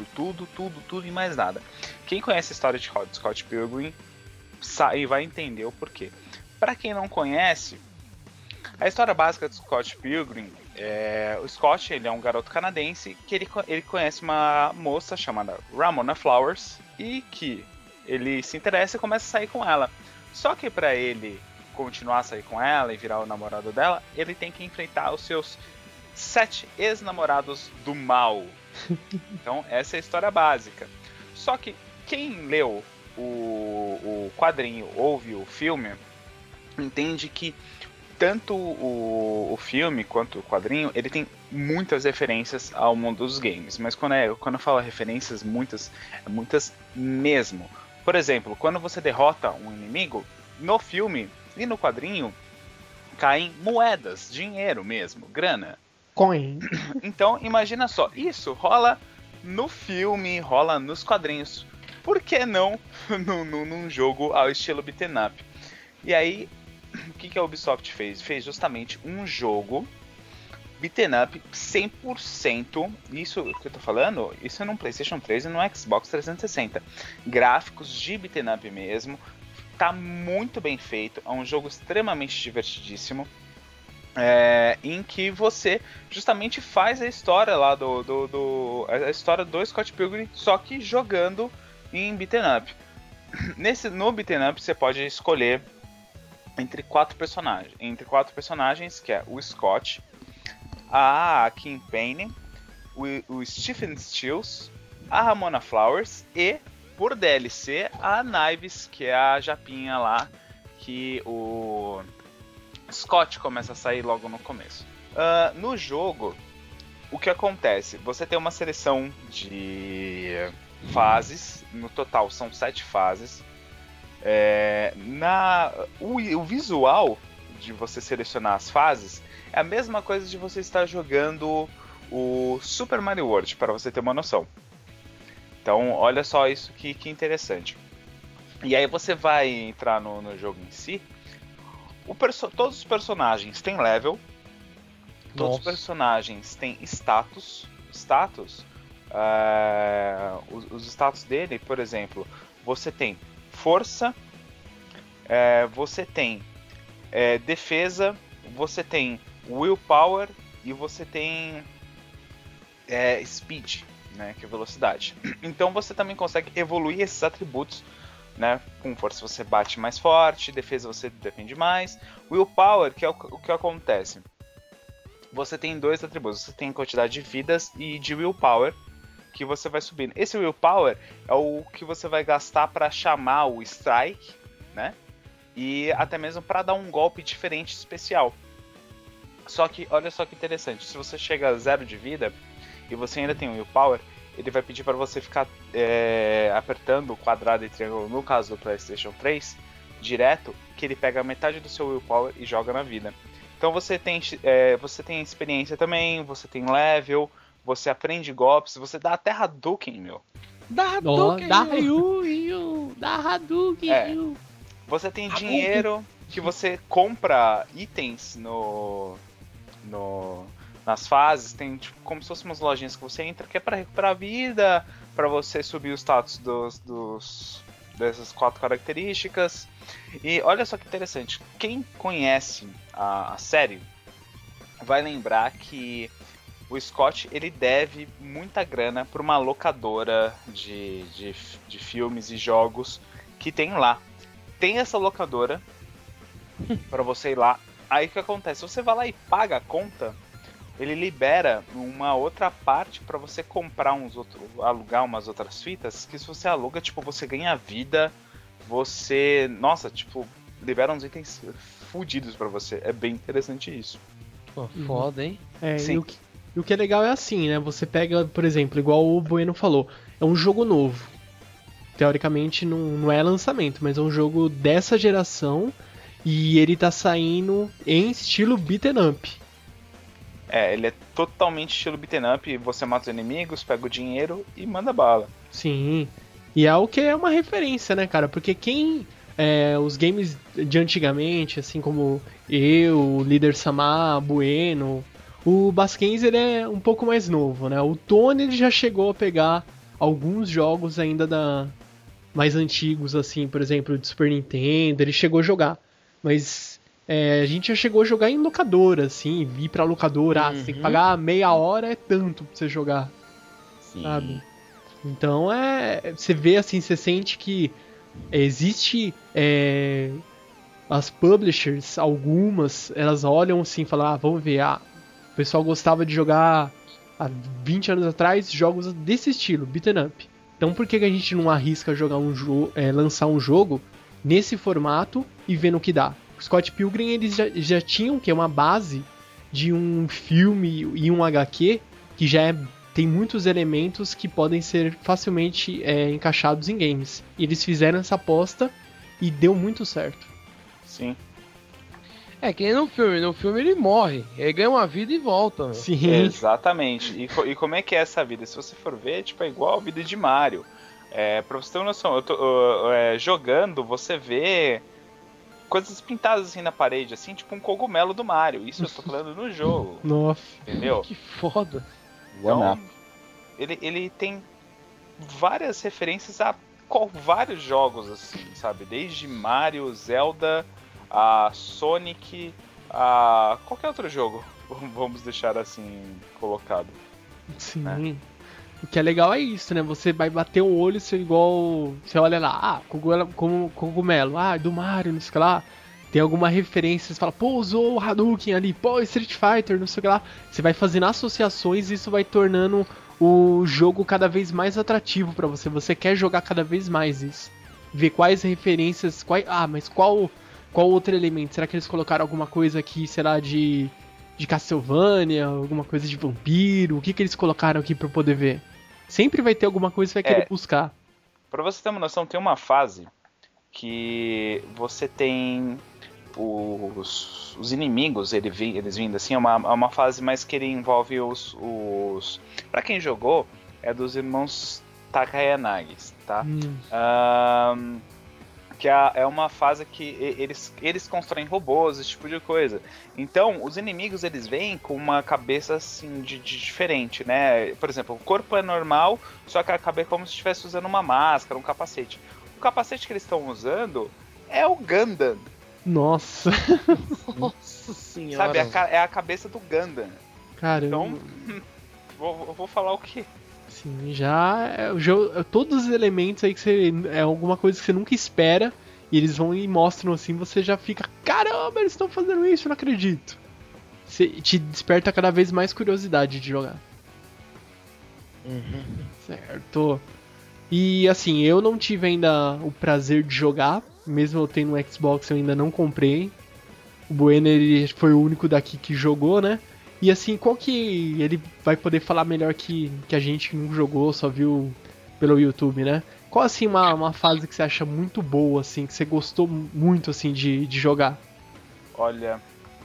e mais nada. Quem conhece a história de Scott Pilgrim vai entender o porquê. Para quem não conhece, a história básica de Scott Pilgrim o Scott, ele é um garoto canadense que ele conhece uma moça chamada Ramona Flowers e que ele se interessa e começa a sair com ela. Só que para ele continuar a sair com ela e virar o namorado dela, ele tem que enfrentar os seus 7 ex-namorados do mal. Então essa é a história básica. Só que quem leu o quadrinho ou viu o filme entende que tanto o filme quanto o quadrinho, ele tem muitas referências ao mundo dos games. Mas quando eu falo referências, muitas mesmo. Por exemplo, quando você derrota um inimigo, no filme e no quadrinho, caem moedas, dinheiro mesmo, grana. Coin. Então, imagina só, isso rola no filme, rola nos quadrinhos. Por que não num jogo ao estilo beat'em up? E aí, o que a Ubisoft fez? Fez justamente um jogo beat'em up 100%. Isso que eu tô falando, isso é no PlayStation 3 e no Xbox 360. Gráficos de beat'em up mesmo. Tá muito bem feito. É um jogo extremamente divertidíssimo. Em que você justamente faz a história lá a história do Scott Pilgrim, só que jogando em beat'em up. No beat'em up você pode escolher entre quatro personagens, que é o Scott, a Kim Payne, o Stephen Stills, a Ramona Flowers e, por DLC, a Knives, que é a japinha lá que o Scott começa a sair logo no começo. No jogo, o que acontece? Você tem uma seleção de fases, no total são 7 fases. O visual de você selecionar as fases é a mesma coisa de você estar jogando o Super Mario World, para você ter uma noção. Então, olha só isso que interessante. E aí você vai entrar no jogo em si. Todos os personagens têm level. Todos os personagens têm status. Os status dele, por exemplo, você tem força, você tem defesa, você tem willpower e você tem speed, né, que é velocidade. Então você também consegue evoluir esses atributos, né? Com força você bate mais forte, defesa você defende mais. Willpower, que é o que acontece. Você tem 2 atributos, você tem quantidade de vidas e de willpower, que você vai subindo. Esse willpower é o que você vai gastar para chamar o strike, né? E até mesmo para dar um golpe diferente, especial. Só que, olha só que interessante, se você chega a 0 de vida e você ainda tem o willpower, ele vai pedir para você ficar apertando o quadrado e triângulo, no caso do PlayStation 3, direto, que ele pega metade do seu willpower e joga na vida. Então você tem experiência também, você tem level, você aprende golpes, você dá até Hadouken, meu. Dá Hadouken! Dá Hadouken! Você tem dinheiro que você compra itens nas fases, tem tipo, como se fossem umas lojinhas que você entra, que é pra recuperar a vida, pra você subir o status dessas 4 características. E olha só que interessante, quem conhece a série vai lembrar que o Scott ele deve muita grana para uma locadora de filmes e jogos que tem lá. Tem essa locadora para você ir lá. Aí o que acontece? Se você vai lá e paga a conta, ele libera uma outra parte para você comprar alugar umas outras fitas, que se você aluga, tipo, você ganha vida, você, nossa, tipo, libera uns itens fudidos para você. É bem interessante isso. Pô, foda, hein? Sim. E o que é legal é assim, né? Você pega, por exemplo, igual o Bueno falou, é um jogo novo. Teoricamente não é lançamento, mas é um jogo dessa geração e ele tá saindo em estilo beat'em up. Ele é totalmente estilo beat'em up, você mata os inimigos, pega o dinheiro e manda bala. Sim, e é o que é uma referência, né, cara? Porque os games de antigamente, assim como o Líder Samar, Bueno, o Basquens ele é um pouco mais novo, né? O Tony ele já chegou a pegar alguns jogos ainda mais antigos, assim, por exemplo, de Super Nintendo, ele chegou a jogar. Mas a gente já chegou a jogar em locadora, assim, ir pra locadora, você tem que pagar meia hora, é tanto pra você jogar. Sim. Sabe? Então você vê assim, você sente que existe as publishers, algumas, elas olham assim e falam, vamos ver, o pessoal gostava de jogar há 20 anos atrás jogos desse estilo, beat'em up. Então por que a gente não arrisca jogar lançar um jogo nesse formato e ver no que dá? O Scott Pilgrim eles já tinham que é uma base de um filme e um HQ que já tem muitos elementos que podem ser facilmente encaixados em games. E eles fizeram essa aposta e deu muito certo. Sim. Que nem no filme ele morre, ele ganha uma vida e volta. Meu. Sim. Exatamente. E como é que é essa vida? Se você for ver, tipo, é igual a vida de Mario. Pra você ter uma noção, eu tô jogando, você vê coisas pintadas assim na parede, assim, tipo um cogumelo do Mario. Isso eu tô falando no jogo. Nossa. Entendeu? Que foda. Então, ele tem várias referências a vários jogos, assim, sabe? Desde Mario, Zelda, a Sonic, a qualquer outro jogo. Vamos deixar assim colocado. Sim. Né? O que é legal é isso, né? Você vai bater o olho, você olha lá, cogumelo, do Mario, não sei o que lá. Tem alguma referência, você fala, pô, usou o Hadouken ali, pô, Street Fighter, não sei o que lá. Você vai fazendo associações e isso vai tornando o jogo cada vez mais atrativo pra você. Você quer jogar cada vez mais isso. Ver quais referências, mas qual outro elemento? Será que eles colocaram alguma coisa aqui, será de Castlevania, alguma coisa de vampiro? O que eles colocaram aqui pra eu poder ver? Sempre vai ter alguma coisa que vai querer buscar. Pra você ter uma noção, tem uma fase que você tem os inimigos, eles vindo assim, é uma fase mais que ele envolve os... Pra quem jogou, é dos irmãos Takayanagi, tá? que é uma fase que eles constroem robôs, esse tipo de coisa. Então, os inimigos, eles vêm com uma cabeça, assim, de diferente, né? Por exemplo, o corpo é normal, só que a cabeça é como se estivesse usando uma máscara, um capacete. O capacete que eles estão usando é o Gundam. Nossa. Nossa senhora. Sabe, é a cabeça do Gundam. Caramba. Então, eu vou falar o quê? Sim, já é o jogo, todos os elementos aí que você é alguma coisa que você nunca espera e eles vão e mostram assim, você já fica, caramba, eles estão fazendo isso, eu não acredito. Você te desperta cada vez mais curiosidade de jogar. Certo. E assim, eu não tive ainda o prazer de jogar, mesmo eu tendo um Xbox, eu ainda não comprei. O Bueno, ele foi o único daqui que jogou, né? E assim, qual que ele vai poder falar melhor que a gente que não jogou, só viu pelo YouTube, né? Qual assim uma fase que você acha muito boa, assim, que você gostou muito assim de jogar? Olha,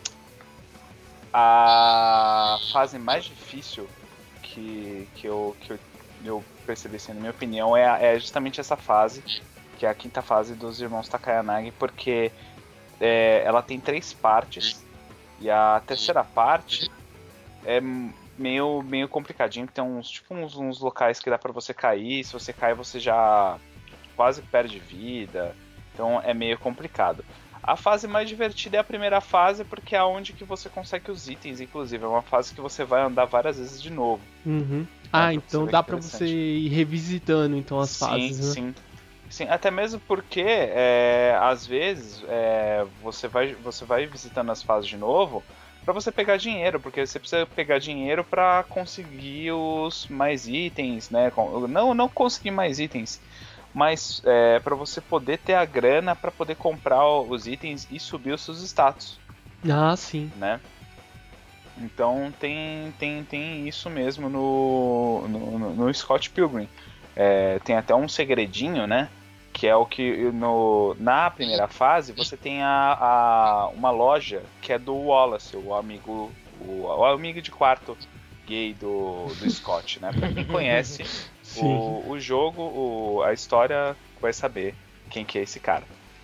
a fase mais difícil que eu percebi, assim, na minha opinião, é justamente essa fase, que é a quinta fase dos irmãos Takayanagi, porque ela tem 3 partes, e a terceira parte é meio complicadinho, tem uns locais que dá pra você cair, se você cair você já quase perde vida, então é meio complicado. A fase mais divertida é a primeira fase, porque é onde que você consegue os itens, inclusive, é uma fase que você vai andar várias vezes de novo. Uhum. Então dá pra você ir revisitando então as fases, né? Sim, até mesmo porque às vezes você vai visitando as fases de novo pra você pegar dinheiro, porque você precisa pegar dinheiro pra conseguir os mais itens, né? Não conseguir mais itens, mas pra você poder ter a grana pra poder comprar os itens e subir os seus status. Ah, sim. Né? Então tem isso mesmo no Scott Pilgrim. Tem até um segredinho, né? Que é o que na primeira fase você tem uma loja que é do Wallace, o amigo de quarto gay do Scott, né? Pra quem conhece o jogo, a história, vai saber quem que é esse cara.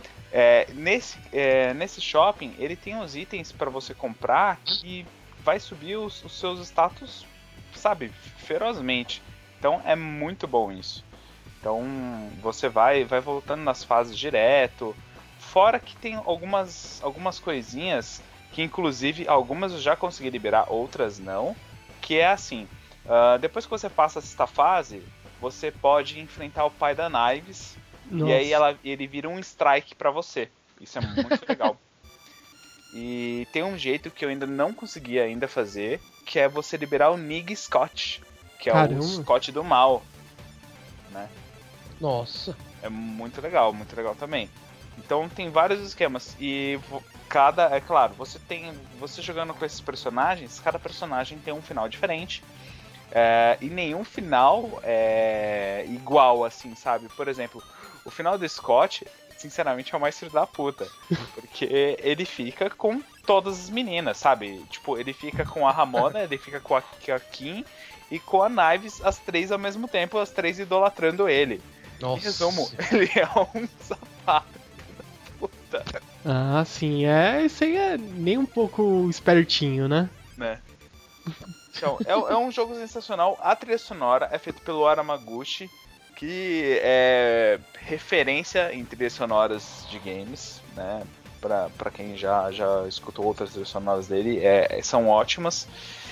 Nesse shopping ele tem os itens para você comprar que vai subir os seus status, sabe, ferozmente. Então é muito bom isso. Então você vai voltando nas fases direto. Fora que tem algumas coisinhas que inclusive algumas eu já consegui liberar, outras não. Que é assim, depois que você passa esta fase, você pode enfrentar o pai da Knives. Nossa. E aí ele vira um strike pra você. Isso é muito legal. E tem um jeito que eu ainda não consegui fazer, que é você liberar o Nig Scott, que é o Scott do mal, né? Nossa. É muito legal também. Então tem vários esquemas e é claro, você jogando com esses personagens, cada personagem tem um final diferente. E nenhum final é igual, assim, sabe? Por exemplo, o final do Scott, sinceramente, é o mais filho da puta. Porque ele fica com todas as meninas, sabe? Tipo, ele fica com a Ramona, ele fica com a Kim e com a Knives, as 3 ao mesmo tempo, as 3 idolatrando ele. Nossa. Em resumo, ele é um sapato da puta. Ah, sim, isso aí é nem um pouco espertinho, né? Então, é um jogo sensacional. A trilha sonora é feita pelo Aramaguchi, que é referência em trilhas sonoras de games, né? Pra quem já escutou outras trilhas sonoras dele, são ótimas.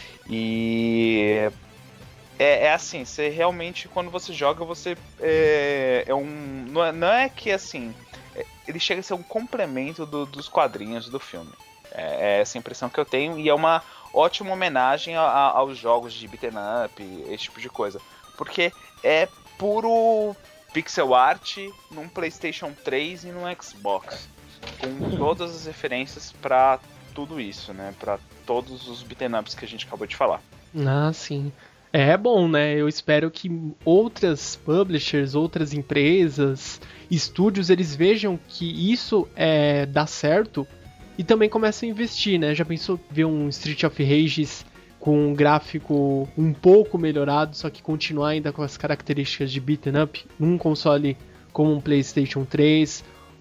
E assim, você realmente, quando você joga, você não é que assim, ele chega a ser um complemento dos quadrinhos do filme. É essa impressão que eu tenho, e é uma ótima homenagem aos jogos de beat'em up, esse tipo de coisa. Porque é puro pixel art num PlayStation 3 e num Xbox. Com todas as referências pra tudo isso, né? Pra todos os beat'em ups que a gente acabou de falar. Ah, sim. É bom, né? Eu espero que outras publishers, outras empresas, estúdios, eles vejam que isso dá certo e também comecem a investir, né? Já pensou ver um Street of Rage com um gráfico um pouco melhorado, só que continuar ainda com as características de beat'em up, num console como um PlayStation 3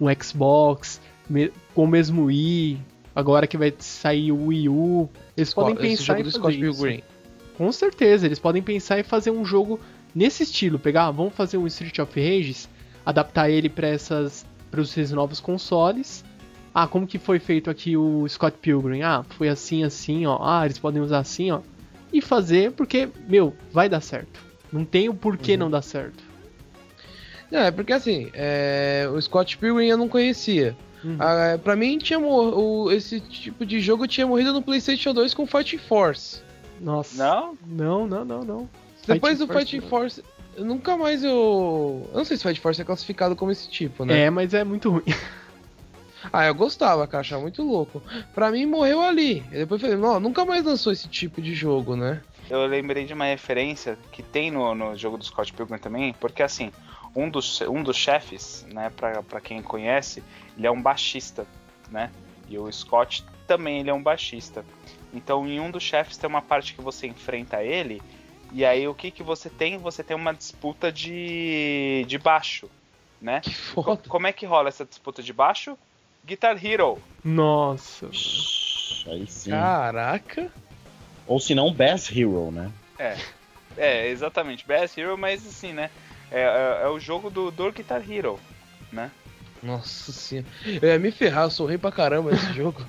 um Xbox, com o mesmo Wii, agora que vai sair o Wii U, eles podem pensar em fazer isso. Com certeza, eles podem pensar em fazer um jogo nesse estilo, vamos fazer um Street of Rage, adaptar ele para esses novos consoles. Como que foi feito aqui o Scott Pilgrim? Foi assim, ó. Eles podem usar assim, ó. E fazer, porque, vai dar certo. Não tem o porquê não dar certo. Porque assim, o Scott Pilgrim eu não conhecia. Pra mim, esse tipo de jogo tinha morrido no PlayStation 2 com Fighting Force. Nossa. Não. Depois do Fighting Force, nunca mais eu não sei se Fighting Force é classificado como esse tipo, né? Mas é muito ruim. Eu gostava, cara, achava muito louco. Pra mim, morreu ali. E depois eu falei, nunca mais lançou esse tipo de jogo, né? Eu lembrei de uma referência que tem no jogo do Scott Pilgrim também, porque assim, um dos chefes, né, pra quem conhece, ele é um baixista, né? E o Scott também ele é um baixista. Então, em um dos chefes tem uma parte que você enfrenta ele, e aí o que você tem? Você tem uma disputa de baixo, né? Que foda. Como é que rola essa disputa de baixo? Guitar Hero. Nossa. Aí sim. Caraca. Ou se não, Bass Hero, né? Exatamente. Bass Hero, mas assim, né? É o jogo do Guitar Hero, né? Nossa senhora. Eu ia me ferrar, eu sou rei pra caramba nesse jogo.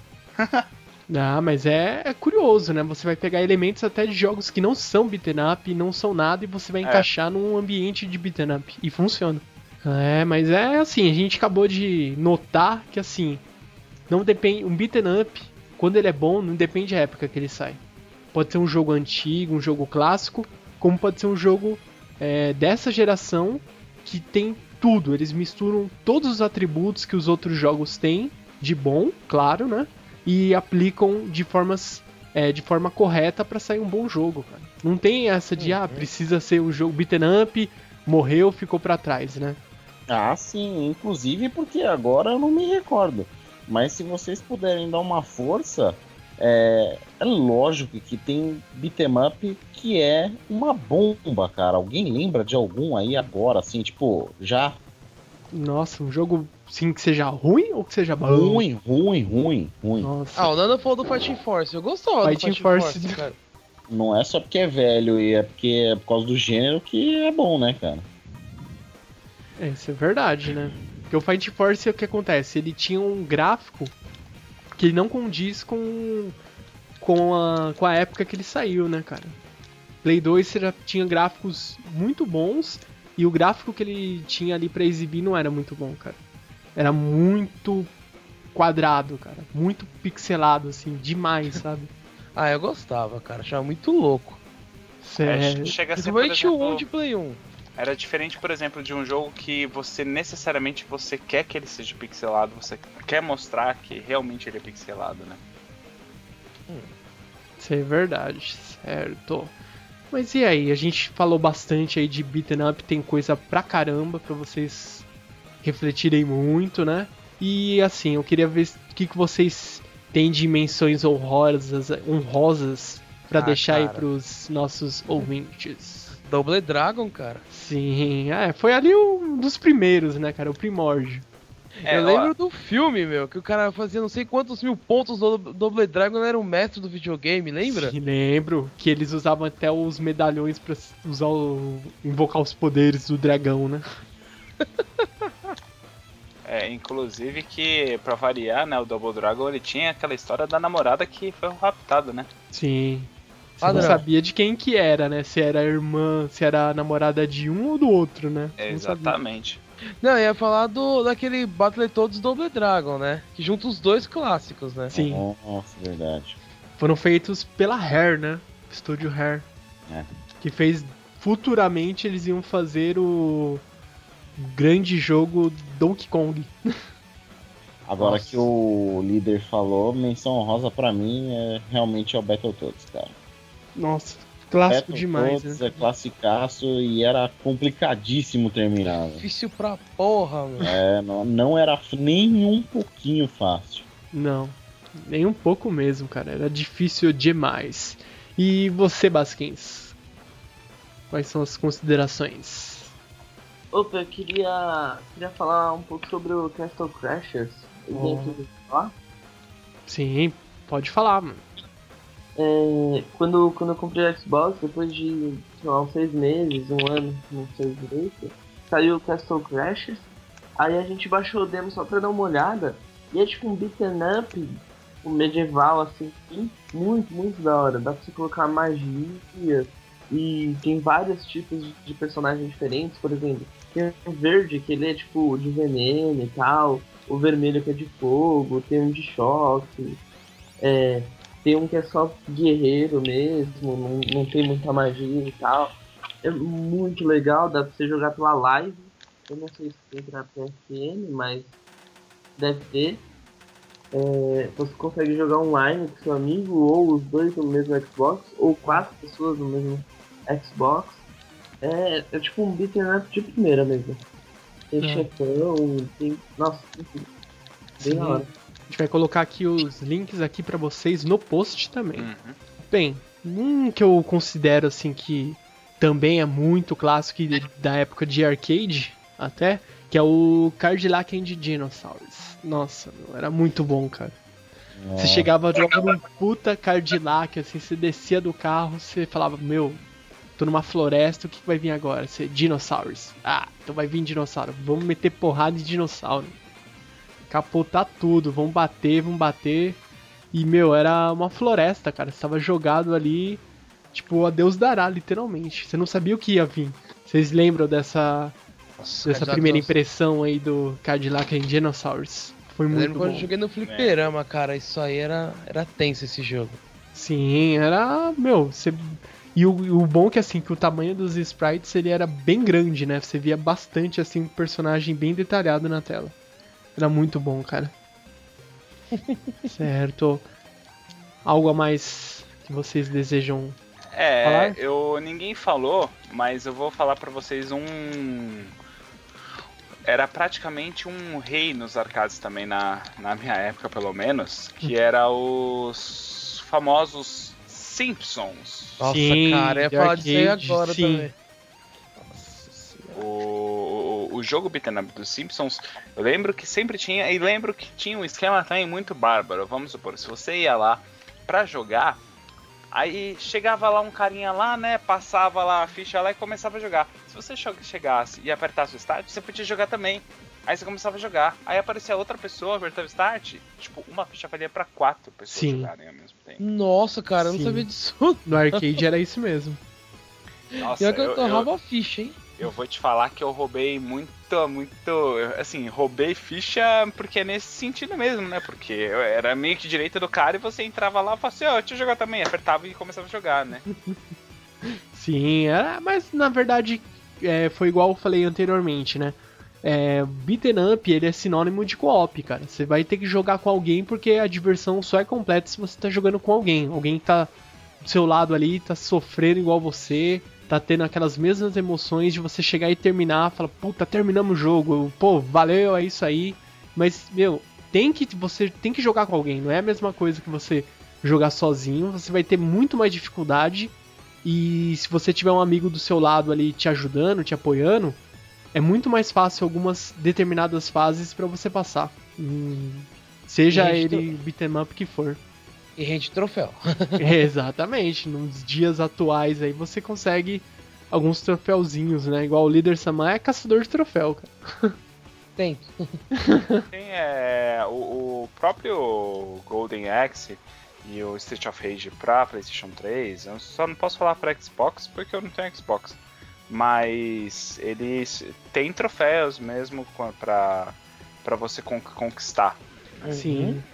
Mas é curioso, né? Você vai pegar elementos até de jogos que não são beat'em up, não são nada, e você vai encaixar num ambiente de beat'em up. E funciona. Mas é assim, a gente acabou de notar que assim, não depende, um beat'em up, quando ele é bom, não depende da época que ele sai. Pode ser um jogo antigo, um jogo clássico, como pode ser um jogo dessa geração que tem tudo. Eles misturam todos os atributos que os outros jogos têm, de bom, claro, né? E aplicam de forma correta pra sair um bom jogo, cara. Não tem essa de, precisa ser um jogo beat'em up, morreu, ficou pra trás, né? Sim, inclusive porque agora eu não me recordo. Mas se vocês puderem dar uma força, é lógico que tem beat'em up que é uma bomba, cara. Alguém lembra de algum aí agora, assim, tipo, já? Nossa, um jogo sim que seja ruim ou que seja bom? Ruim. Nossa. O Nando falou do Fighting Force, eu gostava do Fighting Force, cara. Não é só porque é velho e é por causa do gênero que é bom, né, cara? Isso é verdade, né? Porque o Fighting Force, o que acontece? Ele tinha um gráfico que não condiz com a época que ele saiu, né, cara? Play 2 você já tinha gráficos muito bons e o gráfico que ele tinha ali pra exibir não era muito bom, cara. Era muito quadrado, cara. Muito pixelado, assim, demais, sabe? Eu gostava, cara. Achava muito louco. Sério. Chega a ser, por Principalmente o exemplo, 1 de Play 1. Era diferente, por exemplo, de um jogo que você necessariamente você quer que ele seja pixelado, você quer mostrar que realmente ele é pixelado, né? Isso é verdade, certo. Mas e aí? A gente falou bastante aí de beat'em up, tem coisa pra caramba pra vocês refletirem muito, né? E assim, eu queria ver o que vocês têm de menções honrosas pra deixar aí pros nossos ouvintes. Double Dragon, cara. Sim, foi ali um dos primeiros, né, cara? O primórdio. Eu lembro do filme, que o cara fazia não sei quantos mil pontos no Double Dragon, era o mestre do videogame, lembra? Sim, lembro que eles usavam até os medalhões pra invocar os poderes do dragão, né? Inclusive que, pra variar, né, o Double Dragon, ele tinha aquela história da namorada que foi raptada, né? Sim. Você não sabia de quem que era, né? Se era a irmã, se era a namorada de um ou do outro, né? Exatamente. Não, ia falar daquele Battletoads Double Dragon, né? Que junta os dois clássicos, né? Sim. Nossa, verdade. Foram feitos pela Rare, né? Estúdio Rare. Que fez... Futuramente eles iam fazer o grande jogo Donkey Kong. Agora que o líder falou, menção honrosa pra mim realmente é o Battletoads, cara. Nossa, clássico demais, né? É classicaço e era complicadíssimo terminar. Difícil pra porra, mano. Não era nem um pouquinho fácil. Não, nem um pouco mesmo, cara. Era difícil demais. E você, Basquins? Quais são as considerações? Opa, eu queria falar um pouco sobre o Castle Crashers. Dentro falar? Sim, pode falar, mano. Quando eu comprei o Xbox, depois de, sei lá, uns 6 meses, um ano, não sei direito, saiu o Castle Crashers. Aí a gente baixou o demo só pra dar uma olhada. E é tipo um beat'em up, um medieval, assim, muito, muito da hora. Dá pra você colocar magia. E tem vários tipos de personagens diferentes. Por exemplo, tem o verde, que ele é tipo de veneno e tal. O vermelho que é de fogo. Tem um de choque. Tem um que é só guerreiro mesmo. Não tem muita magia e tal. É muito legal, dá pra você jogar pela live. Eu não sei se tem pra PSN, mas deve ter. Você consegue jogar online com seu amigo, ou os dois no mesmo Xbox, ou 4 pessoas no mesmo Xbox. É tipo um beat'em up de primeira mesmo. Tem chefão, tem... Nossa, enfim. Bem na hora. A gente vai colocar aqui os links aqui pra vocês no post também. Bem, um que eu considero assim que também é muito clássico da época de arcade até, que é o Cadillac and Dinosaurs. Nossa, era muito bom, cara. Você chegava jogando um puta Cadillac, assim, você descia do carro, você falava, meu, tô numa floresta, o que vai vir agora? Você, dinossauros. Ah, então vai vir dinossauro. Vamos meter porrada de dinossauro. Capotar tudo, vamos bater. E, meu, era uma floresta, cara. Você tava jogado ali, tipo, a Deus dará, literalmente. Você não sabia o que ia vir. Vocês lembram dessa primeira impressão aí do Cadillac and Dinosaurs? Foi muito bom. Quando eu joguei no fliperama, cara, isso aí era tenso esse jogo. Sim, era, meu, E o bom é que, assim, que o tamanho dos sprites, ele era bem grande, né? Você via bastante, assim, o personagem bem detalhado na tela. Era muito bom, cara. Certo. Algo a mais que vocês desejam falar? Ninguém falou, mas eu vou falar pra vocês Era praticamente um rei nos arcades também, na minha época, pelo menos, que era os famosos Simpsons. Nossa, sim, cara, eu ia falar disso aí agora sim. também. O jogo beat'em up dos Simpsons, eu lembro que sempre tinha, e lembro que tinha um esquema também muito bárbaro. Vamos supor, se você ia lá pra jogar, aí chegava lá um carinha lá, né, passava lá a ficha lá e começava a jogar. Se você chegasse e apertasse o start, você podia jogar também. Aí você começava a jogar, aí aparecia outra pessoa, apertava o start, tipo, uma ficha valia pra 4 pessoas jogarem ao mesmo tempo. Nossa, cara, eu não sabia disso. No arcade era isso mesmo. Nossa, eu torrava a ficha, hein? Eu vou te falar que eu roubei muito, assim, roubei ficha porque é nesse sentido mesmo, né? Porque eu era meio que direita do cara e você entrava lá e falava assim, deixa eu jogar também, apertava e começava a jogar, né? Sim, mas na verdade foi igual eu falei anteriormente, né? Beat'em up, ele é sinônimo de co-op, cara. Você vai ter que jogar com alguém porque a diversão só é completa se você tá jogando com alguém. Alguém que tá do seu lado ali, tá sofrendo igual você, tá tendo aquelas mesmas emoções de você chegar e terminar, falar, puta, terminamos o jogo, pô, valeu, é isso aí. Mas, meu, você tem que jogar com alguém, não é a mesma coisa que você jogar sozinho, você vai ter muito mais dificuldade. E se você tiver um amigo do seu lado ali te ajudando, te apoiando, é muito mais fácil algumas determinadas fases pra você passar. Seja ele beat'em up que for. E rende troféu. Exatamente. Nos dias atuais aí você consegue alguns troféuzinhos, né? Igual o Líder Sama é caçador de troféu, cara. Tem. Tem o próprio Golden Axe e o Street of Rage pra PlayStation 3. Eu só não posso falar pra Xbox porque eu não tenho Xbox. Mas eles têm troféus mesmo pra você conquistar. Sim.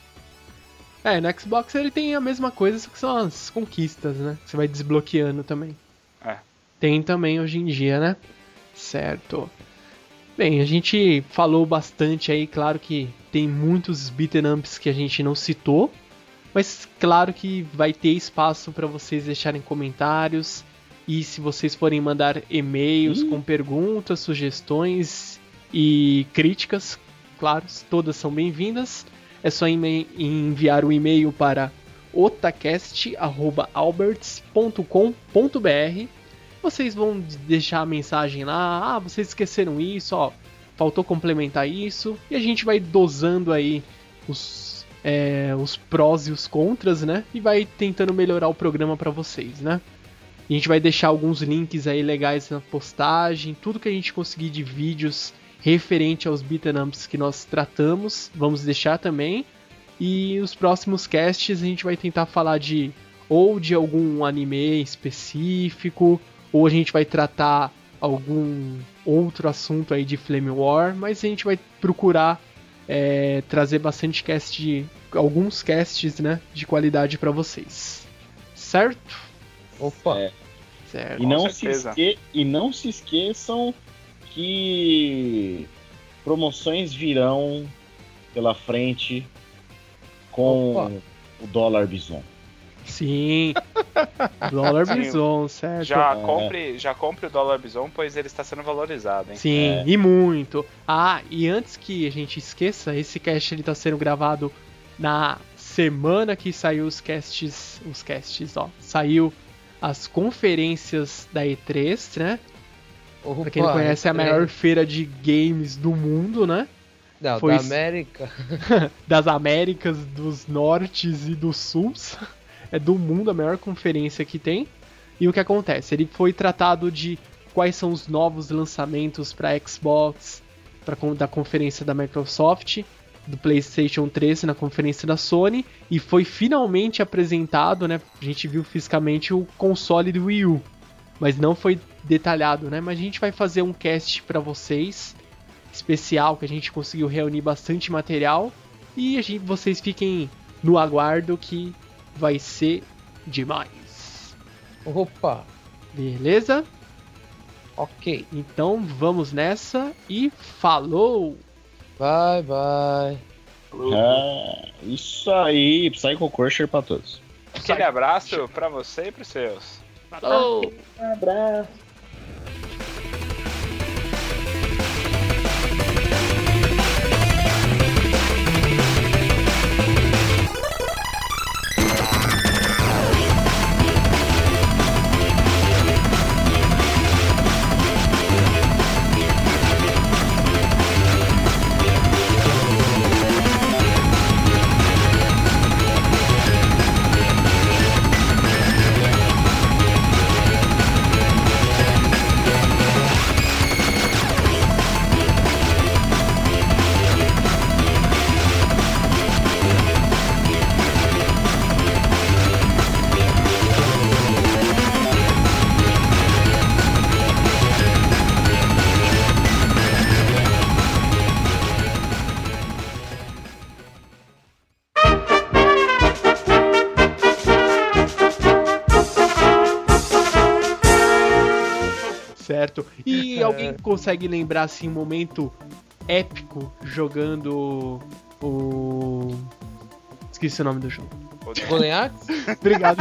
No Xbox ele tem a mesma coisa, só que são as conquistas, né? Você vai desbloqueando também. Tem também hoje em dia, né? Certo. Bem, a gente falou bastante aí, claro que tem muitos beat'em ups que a gente não citou, mas claro que vai ter espaço para vocês deixarem comentários. E se vocês forem mandar e-mails com perguntas, sugestões e críticas, claro, todas são bem-vindas. É só enviar um e-mail para otacast@alberts.com.br. vocês vão deixar a mensagem lá, vocês esqueceram isso, ó, faltou complementar isso, e a gente vai dosando aí os prós e os contras, né? E vai tentando melhorar o programa pra vocês, né? A gente vai deixar alguns links aí legais na postagem, tudo que a gente conseguir de vídeos referente aos beat'em ups que nós tratamos, vamos deixar também. E os próximos casts a gente vai tentar falar de algum anime específico, ou a gente vai tratar algum outro assunto aí de Flame War, mas a gente vai procurar trazer bastante alguns casts, né, de qualidade para vocês. Certo? Opa! Certo. E não se esqueçam que promoções virão pela frente com o dólar bison. Sim, dólar bison, certo? Já compre o dólar bison, pois ele está sendo valorizado, hein? Sim, e muito. E antes que a gente esqueça, esse cast ele está sendo gravado na semana que saiu os casts, ó. Saiu as conferências da E3, né? Opa, pra quem não conhece, é a maior feira de games do mundo, né? Não, da América. Das Américas, dos Nortes e dos Suls. É do mundo a maior conferência que tem. E o que acontece? Ele foi tratado de quais são os novos lançamentos para Xbox, da conferência da Microsoft, do PlayStation 3 na conferência da Sony, e foi finalmente apresentado, né? A gente viu fisicamente o console do Wii U, mas não foi detalhado, né? Mas a gente vai fazer um cast para vocês especial, que a gente conseguiu reunir bastante material, e vocês fiquem no aguardo que vai ser demais. Opa! Beleza? Ok. Então vamos nessa e falou! Bye, bye. Isso aí, Psycho Crusher pra todos. Aquele abraço pra você e pros seus. Falou! Um abraço. Certo. E alguém consegue lembrar assim um momento épico jogando o... Esqueci o nome do jogo. Golden Axe? Obrigado.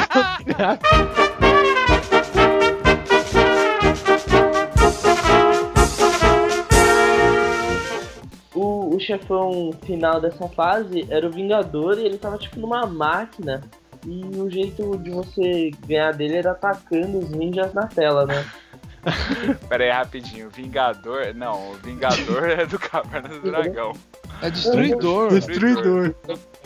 O chefão final dessa fase era o Vingador e ele tava tipo numa máquina. E o jeito de você ganhar dele era atacando os ninjas na tela, né? Pera aí, rapidinho. Vingador... Não, o Vingador é do Caverna do Dragão. É Destruidor. Destruidor.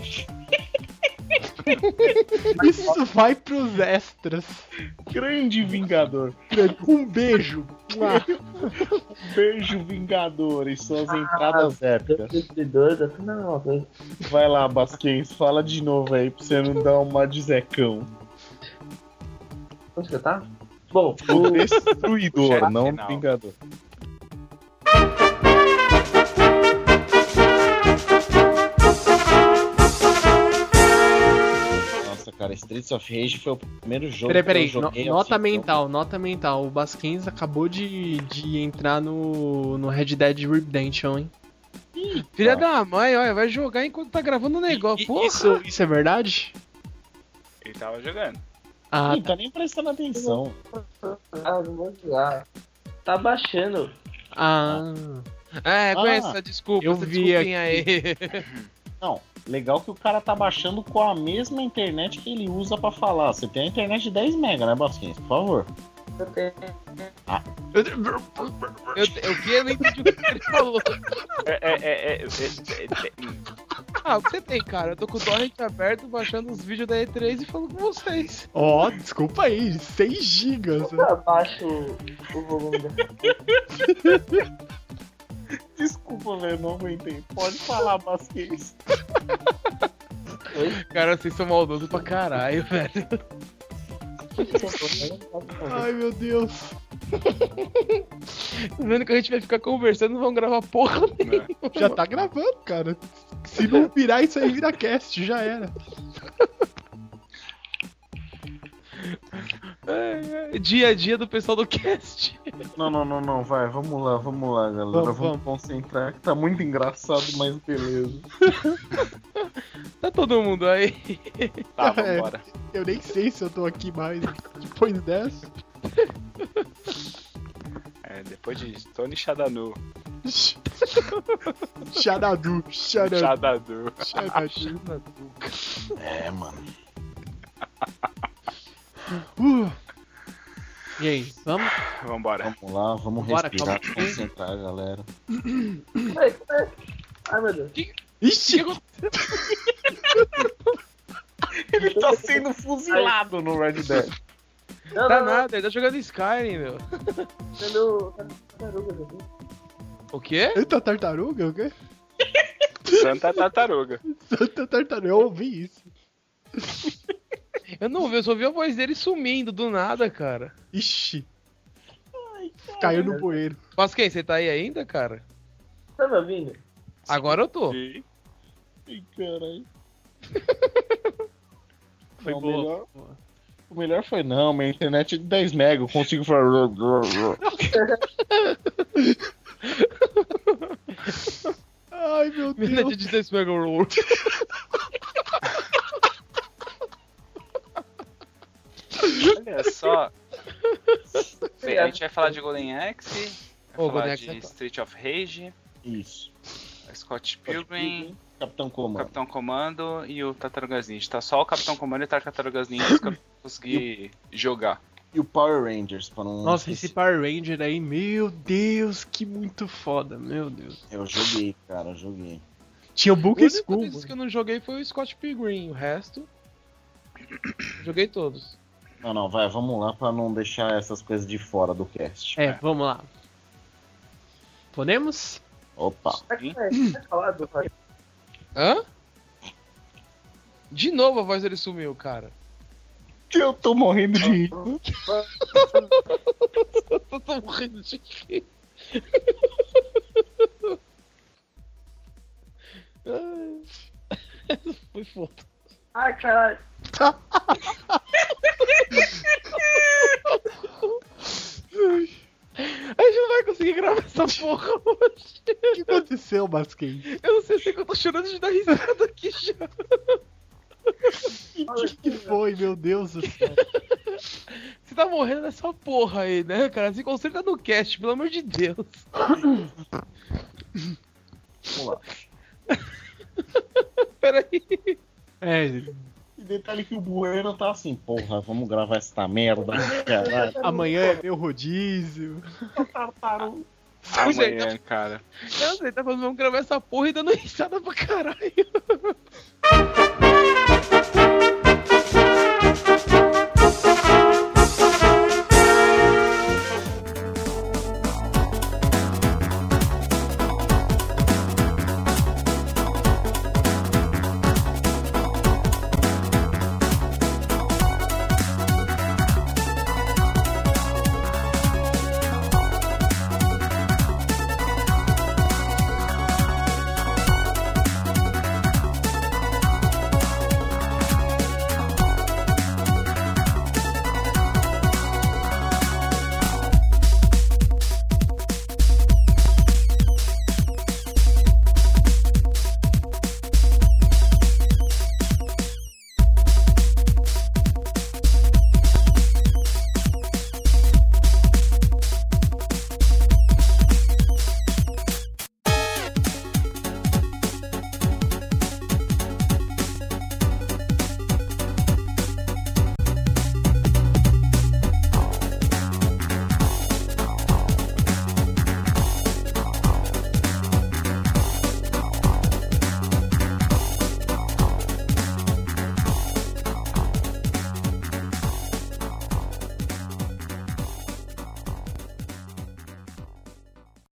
Isso vai pros extras. Grande Vingador. Um beijo. Beijo, Vingador. E suas entradas épicas. Destruidor, não, Vai lá, Basquens, fala de novo aí pra você não dar uma de Zecão. onde você tá? Bom, O Destruidor, Já não final. o Vingador. Nossa, cara, Streets of Rage foi o primeiro jogo Peraí, que eu joguei. nota assim, mental. O Basquens acabou de entrar no Red Dead Redemption, hein? Filha da mãe, olha, vai jogar enquanto tá gravando o negócio. Porra! Isso é verdade? Ele tava jogando. Ah, Não tá nem prestando atenção. não vou jogar. Tá baixando. Com essa desculpa, eu essa vi desculpinha aí. Não, legal que o cara tá baixando com a mesma internet que ele usa pra falar. Você tem a internet de 10 mega, né, Basquins? Por favor. Eu tenho. O que? Eu não entendi o que ele falou. Ah, o que você tem, cara? Eu tô com o torrent aberto, baixando os vídeos da E3 e falando com vocês. Ó, desculpa aí, 6 gigas. Eu abaixo o volume da. Desculpa, velho, não aguentei. Pode falar, Basquez. Cara, vocês são maldosos pra caralho, velho. Ai, meu Deus. Tá vendo que a gente vai ficar conversando, não vamos gravar porra nenhuma. Já tá gravando, cara. Se não virar isso aí, vira cast, já era. Dia a dia do pessoal do cast. Não, vai, vamos lá, galera. Vamos concentrar, que tá muito engraçado, mas beleza. Tá todo mundo aí? Tá, vambora. Eu nem sei se eu tô aqui mais depois dessa. Depois de Tony Shadanu. Xanadu. Shadadu. É, mano. E aí, vamos? Vambora. Vamos lá, vamos Bora, respirar, calma. concentrar, galera. Ai, meu Deus. Ixi! Ele tá sendo fuzilado no Red Dead. Não, Tá não, não. nada, ele tá jogando Skyrim, meu. Sendo tartarugas aqui. O quê? Eita, tartaruga? O quê? Santa Tartaruga. Santa tartaruga, eu ouvi isso. Eu não ouvi, eu só ouvi a voz dele sumindo do nada, cara. Ixi. Caiu no bueiro. Mas quem? Você tá aí ainda, cara? Tá me ouvindo? Agora eu tô. E Ai, caralho. Foi Não, boa. O melhor foi não, minha internet é de 10 mega, eu consigo falar. Ai, meu Minha Deus. de 10 Mega World. olha só. Bem, a gente vai falar de Golden Axe, vai Ô, falar Golden Axe de é top. Street of Rage, Isso. Scott Pilgrim, Capitão Comando. Capitão Comando e o Tartarugas Ninja. Tá só o Capitão Comando e o Tartarugas Ninja que eu consegui jogar. E o Power Rangers, para não. Nossa, esse Power Ranger aí, meu Deus, que muito foda, meu Deus. Eu joguei, cara, eu joguei. Tinha o O Book único School. desses que eu não joguei foi o Scott Pilgrim, o resto. Joguei todos. Não, vai, vamos lá pra não deixar essas coisas de fora do cast. É, vamos lá. Podemos? Opa. Vai falar do Hã? De novo a voz dele sumiu, cara. Eu tô morrendo de rir. Eu tô morrendo de rir. Ai. Foi foda. Ai, caralho. A gente não vai conseguir gravar essa porra hoje. O que aconteceu, Basquem? Eu não sei se é que eu tô chorando de dar risada aqui já. O que foi, meu Deus do céu? Você tá morrendo nessa porra aí, né, cara? Se concentra no cast, pelo amor de Deus. Vamos lá. Peraí. É, E detalhe que o Bueno tá assim, porra, vamos gravar essa merda. Caralho. amanhã é meu rodízio. Amanhã, cara. Eu não sei, tá falando, vamos gravar essa porra e dando risada pra caralho.